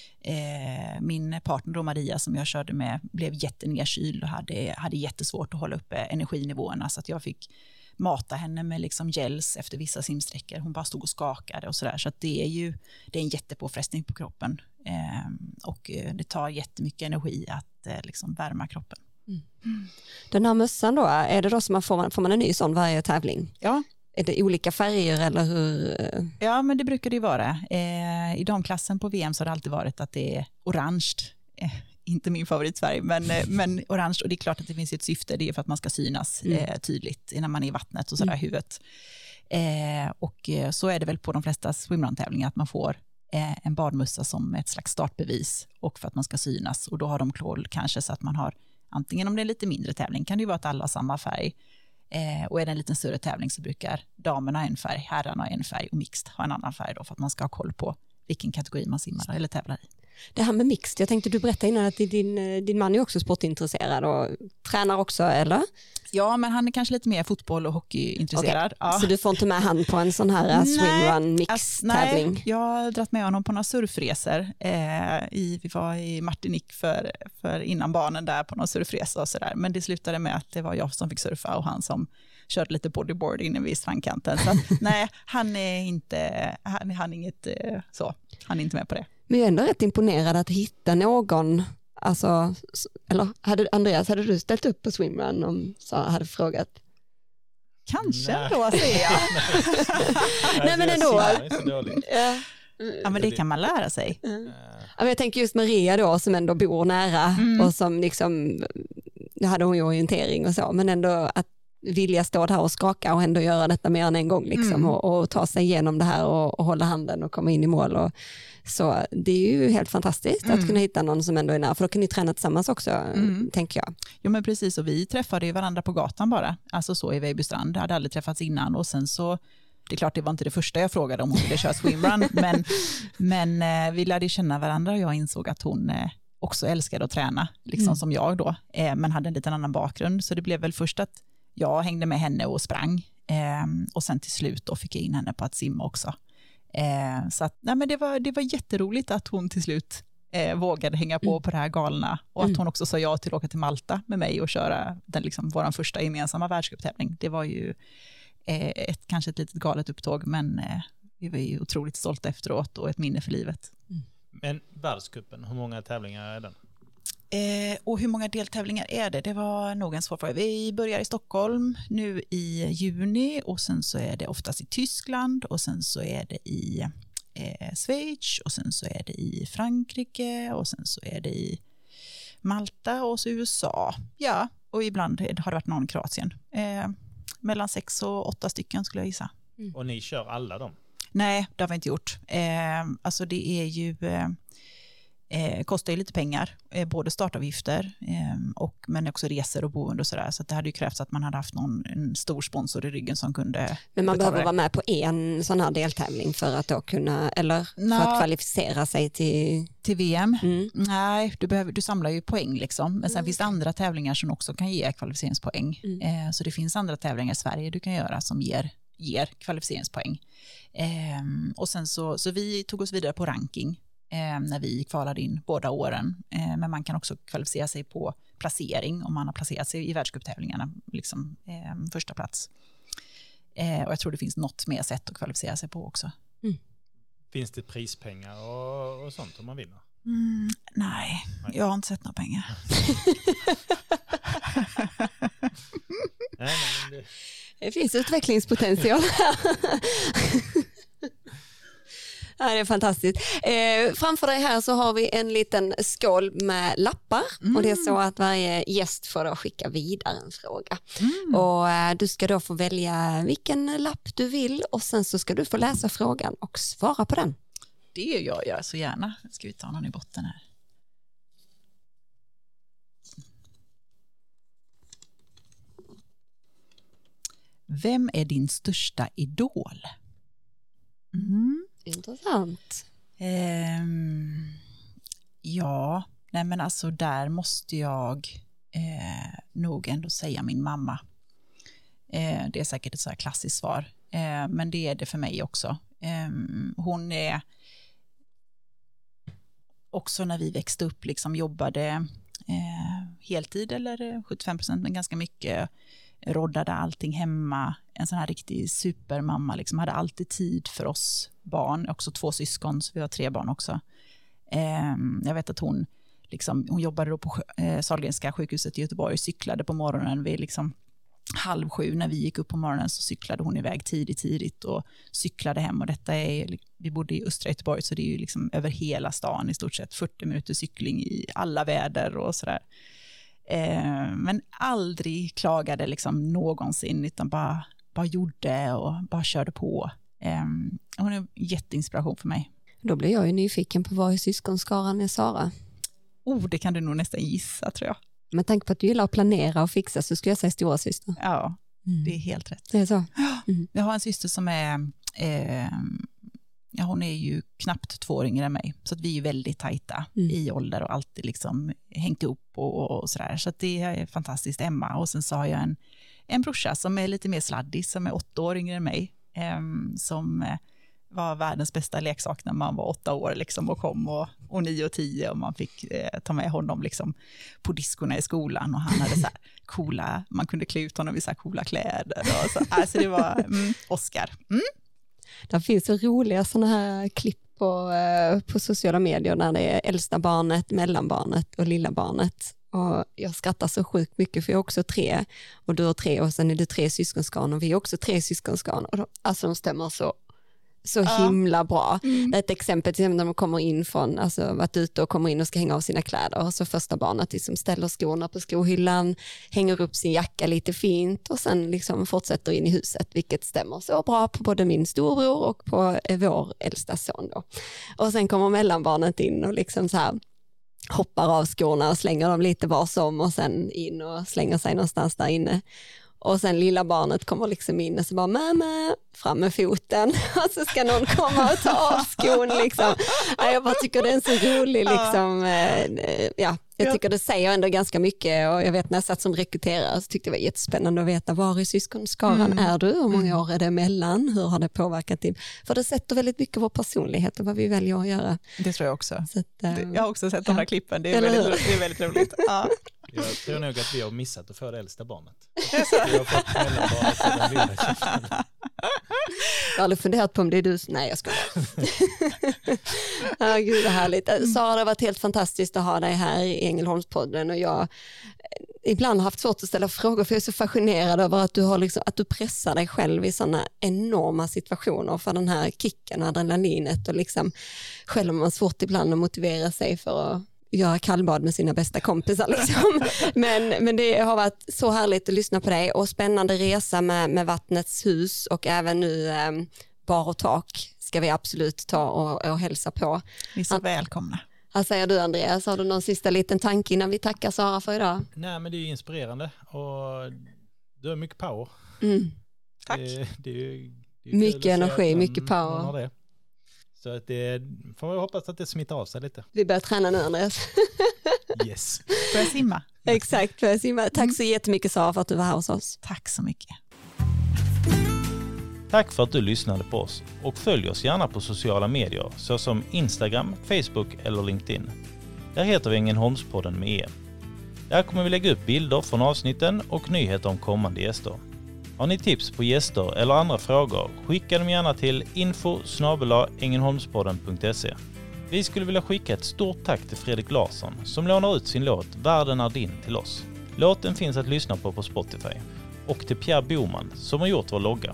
min partner då, Maria, som jag körde med, blev jättenedkyld och hade jättesvårt att hålla uppe energinivåerna, så att jag fick mata henne med liksom gels efter vissa simsträckor. Hon bara stod och skakade och sådär. Så att det är en jättepåfrestning på kroppen. Och det tar jättemycket energi att liksom värma kroppen. Den här mössan då, är det då som får man en ny sån varje tävling? Ja. Är det olika färger eller hur? Ja, men det brukar det ju vara. I damklassen på VM så har det alltid varit att det är orange. Inte min favoritfärg, men orange. Och det är klart att det finns ett syfte, det är för att man ska synas tydligt när man är i vattnet och sådär huvudet. Och så är det väl på de flesta swimrun-tävlingar, att man får en badmössa som ett slags startbevis, och för att man ska synas. Och då har de klål kanske så att man har, antingen om det är lite mindre tävling kan det ju vara att alla har samma färg. Och är det en liten större tävling så brukar damerna ha en färg, herrarna ha en färg och mixed ha en annan färg då, för att man ska ha koll på vilken kategori man simmar eller tävlar i. Det här med mixed, jag tänkte du berättade innan att din man är också sportintresserad och tränar också, eller? Ja, men han är kanske lite mer fotboll- och hockeyintresserad. Okay. Ja. Så du får inte med han på en sån här swimrun mix-tävling? Nej, jag har dratt med honom på några surfresor. Vi var i Martinique för innan barnen där på någon surfresa och sådär. Men det slutade med att det var jag som fick surfa och han som körde lite bodyboard in vid strandkanten. Så att, nej, han är inte med på det. Men jag är ändå rätt imponerad att hitta någon, alltså, eller hade du ställt upp på swimrun om Sara hade frågat? Kanske ändå, säger jag. Nej, men ändå. Ja, men det kan man lära sig. Ja, men jag tänker just Maria då, som ändå bor nära och som liksom, det hade hon ju orientering och så, men ändå att vilja stå där och skaka och ändå göra detta mer än en gång liksom, och ta sig igenom det här och hålla handen och komma in i mål. Och, så det är ju helt fantastiskt att kunna hitta någon som ändå är nära, för då kan ni träna tillsammans också, tänker jag. Jo, men precis, och vi träffade ju varandra på gatan bara, alltså så i Vejbystrand, det hade aldrig träffats innan, och sen så, det är klart det var inte det första jag frågade om hon ville köra swimrun, men vi lärde känna varandra och jag insåg att hon också älskade att träna, liksom som jag då, men hade en liten annan bakgrund, så det blev väl först att jag hängde med henne och sprang, och sen till slut då fick jag in henne på att simma också. Så att, nej, men det var jätteroligt att hon till slut vågade hänga på det här galna och att hon också sa ja till att åka till Malta med mig och köra den, liksom, vår första gemensamma världscuptävling. Det var ju kanske ett litet galet upptåg, men vi var ju otroligt stolta efteråt och ett minne för livet. Men världscupen, hur många tävlingar är den? Och hur många deltävlingar är det? Det var nog en svår fråga. Vi börjar i Stockholm nu i juni och sen så är det oftast i Tyskland och sen så är det i Schweiz och sen så är det i Frankrike och sen så är det i Malta och så USA. Ja, och ibland har det varit någon i Kroatien. Mellan 6 och 8 stycken skulle jag gissa. Och ni kör alla dem? Nej, det har vi inte gjort. Alltså det är ju... kostar ju lite pengar, både startavgifter men också resor och boende och sådär. Så att det hade ju krävts att man hade haft en stor sponsor i ryggen som kunde... Men man behöver vara med på en sån här deltävling för att då kunna, eller för att kvalificera sig till VM? Nej, du samlar ju poäng liksom. Men sen finns det andra tävlingar som också kan ge kvalificeringspoäng. Så det finns andra tävlingar i Sverige du kan göra som ger kvalificeringspoäng. Och sen så vi tog oss vidare på ranking när vi kvalade in båda åren. Men man kan också kvalificera sig på placering om man har placerat sig i världscuptävlingarna, liksom första plats. Och jag tror det finns något mer sätt att kvalificera sig på också. Finns det prispengar och sånt om man vinner? Nej, jag har inte sett några pengar. Det finns utvecklingspotential. Ja, det är fantastiskt. Framför dig här så har vi en liten skål med lappar och det är så att varje gäst får då skicka vidare en fråga. Och du ska då få välja vilken lapp du vill och sen så ska du få läsa frågan och svara på den. Det gör jag så gärna. Ska vi ta någon i botten här? Vem är din största idol? Intressant. Ja, nej men alltså där måste jag nog ändå säga min mamma. Det är säkert ett så här klassiskt svar. Men det är det för mig också. Hon är också när vi växte upp liksom jobbade heltid eller 75%, men ganska mycket, roddade allting hemma, en sån här riktig supermamma liksom, hade alltid tid för oss barn, också 2 syskon så vi har 3 barn också. Jag vet att hon jobbade då på Sahlgrenska sjukhuset i Göteborg, cyklade på morgonen vid liksom 6:30 när vi gick upp på morgonen, så cyklade hon iväg tidigt och cyklade hem, och detta är, vi bodde i östra Göteborg så det är ju liksom över hela stan i stort sett 40 minuter cykling i alla väder och sådär. Men aldrig klagade liksom någonsin, utan bara gjorde och bara körde på. Hon är en jätteinspiration för mig. Då blir jag ju nyfiken på vad i syskonskaran är Sara. Det kan du nog nästan gissa, tror jag. Med tanke på att du gillar att planera och fixa så skulle jag säga stora syster. Ja, det är helt rätt. Det är så? Jag har en syster som är... hon är ju knappt 2 år yngre än mig, så att vi är väldigt tajta i ålder och alltid liksom hängt upp och sådär, så att det är fantastiskt. Emma, och sen så har jag en brorsa som är lite mer sladdig, som är 8 år yngre än mig, som var världens bästa leksak när man var 8 år liksom, och kom och 9 och 10 och man fick ta med honom liksom på diskorna i skolan, och han hade så här coola, man kunde klä ut honom i så här coola kläder och så. Alltså det var Oscar. Det finns så roliga sådana här klipp på sociala medier när det är äldsta barnet, mellanbarnet och lilla barnet. Och jag skrattar så sjukt mycket för jag är också 3 och du har 3 och sen är det 3 syskonskarn och vi är också 3 syskonskarn. Och alltså de stämmer så himla bra. Det är ett exempel till när de kommer in från, alltså varit ute och kommer in och ska hänga av sina kläder, och så första barnet liksom ställer skorna på skohyllan, hänger upp sin jacka lite fint och sen liksom fortsätter in i huset, vilket stämmer så bra på både min storbror och på vår äldsta son då. Och sen kommer mellanbarnet in och liksom så här hoppar av skorna och slänger dem lite var som och sen in och slänger sig någonstans där inne. Och sen lilla barnet kommer liksom in och så bara mamma, fram med foten och så ska någon komma och ta av skon liksom. Jag bara tycker det är en så rolig liksom, Jag tycker det säger ändå ganska mycket och jag vet när jag satt som rekryterare så tyckte det var jättespännande att veta var i syskonskaran är du, hur många år är det emellan, hur har det påverkat till? För det sätter väldigt mycket vår personlighet och vad vi väljer att göra. Det tror jag också. Så att, jag har också sett de här klippen, det är väldigt roligt. Ja. Jag tror nog att vi har missat att få det äldsta barnet. Vi har fått mellanbarnet för den lilla. Jag har aldrig funderat på om det är du. Nej, jag ska bara. Gud vad härligt. Sara, det har varit helt fantastiskt att ha dig här i Ängelholmspodden och jag ibland har haft svårt att ställa frågor för jag är så fascinerad över att du har att du pressar dig själv i sådana enorma situationer för den här kicken, adrenalinet och själv har man svårt ibland att motivera sig för att göra kallbad med sina bästa kompisar men det har varit så härligt att lyssna på dig och spännande resa med Vattnets hus och även nu Bar och tak ska vi absolut ta och hälsa på. Vi är så välkomna. Vad säger du Andreas? Har du någon sista liten tanke innan vi tackar Sara för idag? Nej, men det är inspirerande och du har mycket power. Tack. Det är mycket energi, mycket power. Så att det får jag hoppas att det smittar av sig lite. Vi börjar träna nu Andreas. Yes. Får jag simma? Exakt, får jag simma. Tack så jättemycket Sara för att du var här hos oss. Tack så mycket. Tack för att du lyssnade på oss och följ oss gärna på sociala medier såsom Instagram, Facebook eller LinkedIn. Där heter vi Ängelholmspodden med E. Där kommer vi lägga upp bilder från avsnitten och nyheter om kommande gäster. Har ni tips på gäster eller andra frågor, skicka dem gärna till info@ängelholmspodden.se. Vi skulle vilja skicka ett stort tack till Fredrik Larsson som lånar ut sin låt Världen är din till oss. Låten finns att lyssna på Spotify. Och till Pierre Boman som har gjort vår logga.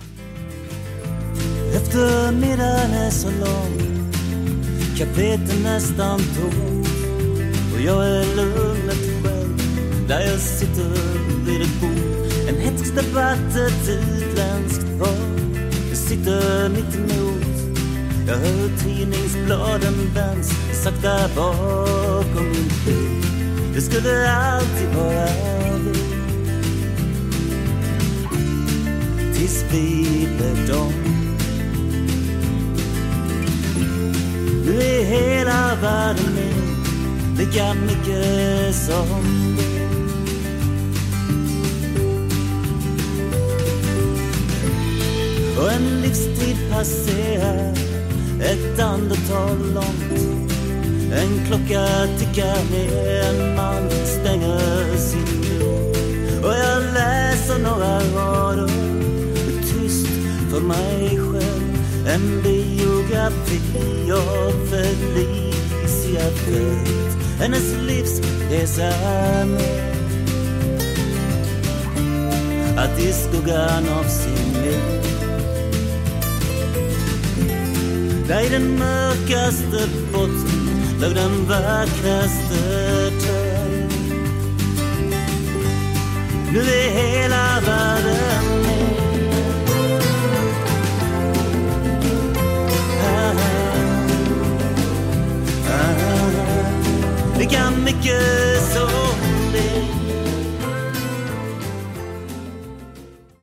Eftermiddagen är så lång, kapeten nästan tom och jag är lugnet själv där jag sitter vid ett bord. En hätsk debatt, ett utländskt par. Jag sitter mitt emot. Jag hör tidningsbladen vänds sakta bakom min bil. Det skulle alltid vara vi. Tills vi blev dem. Nu är hela världen min, lika mycket som du. Och en livstid passerar, ett andetag långt. En klocka tickar ner, en man stänger sin dörr. Och jag läser några rader, tyst för mig själv. En biografi av Felicia Fält. Hennes livsresa med att i skuggan av sin liv, där i den mörkaste botten låg den vackraste träd. Nu är hela världen med. Lika mycket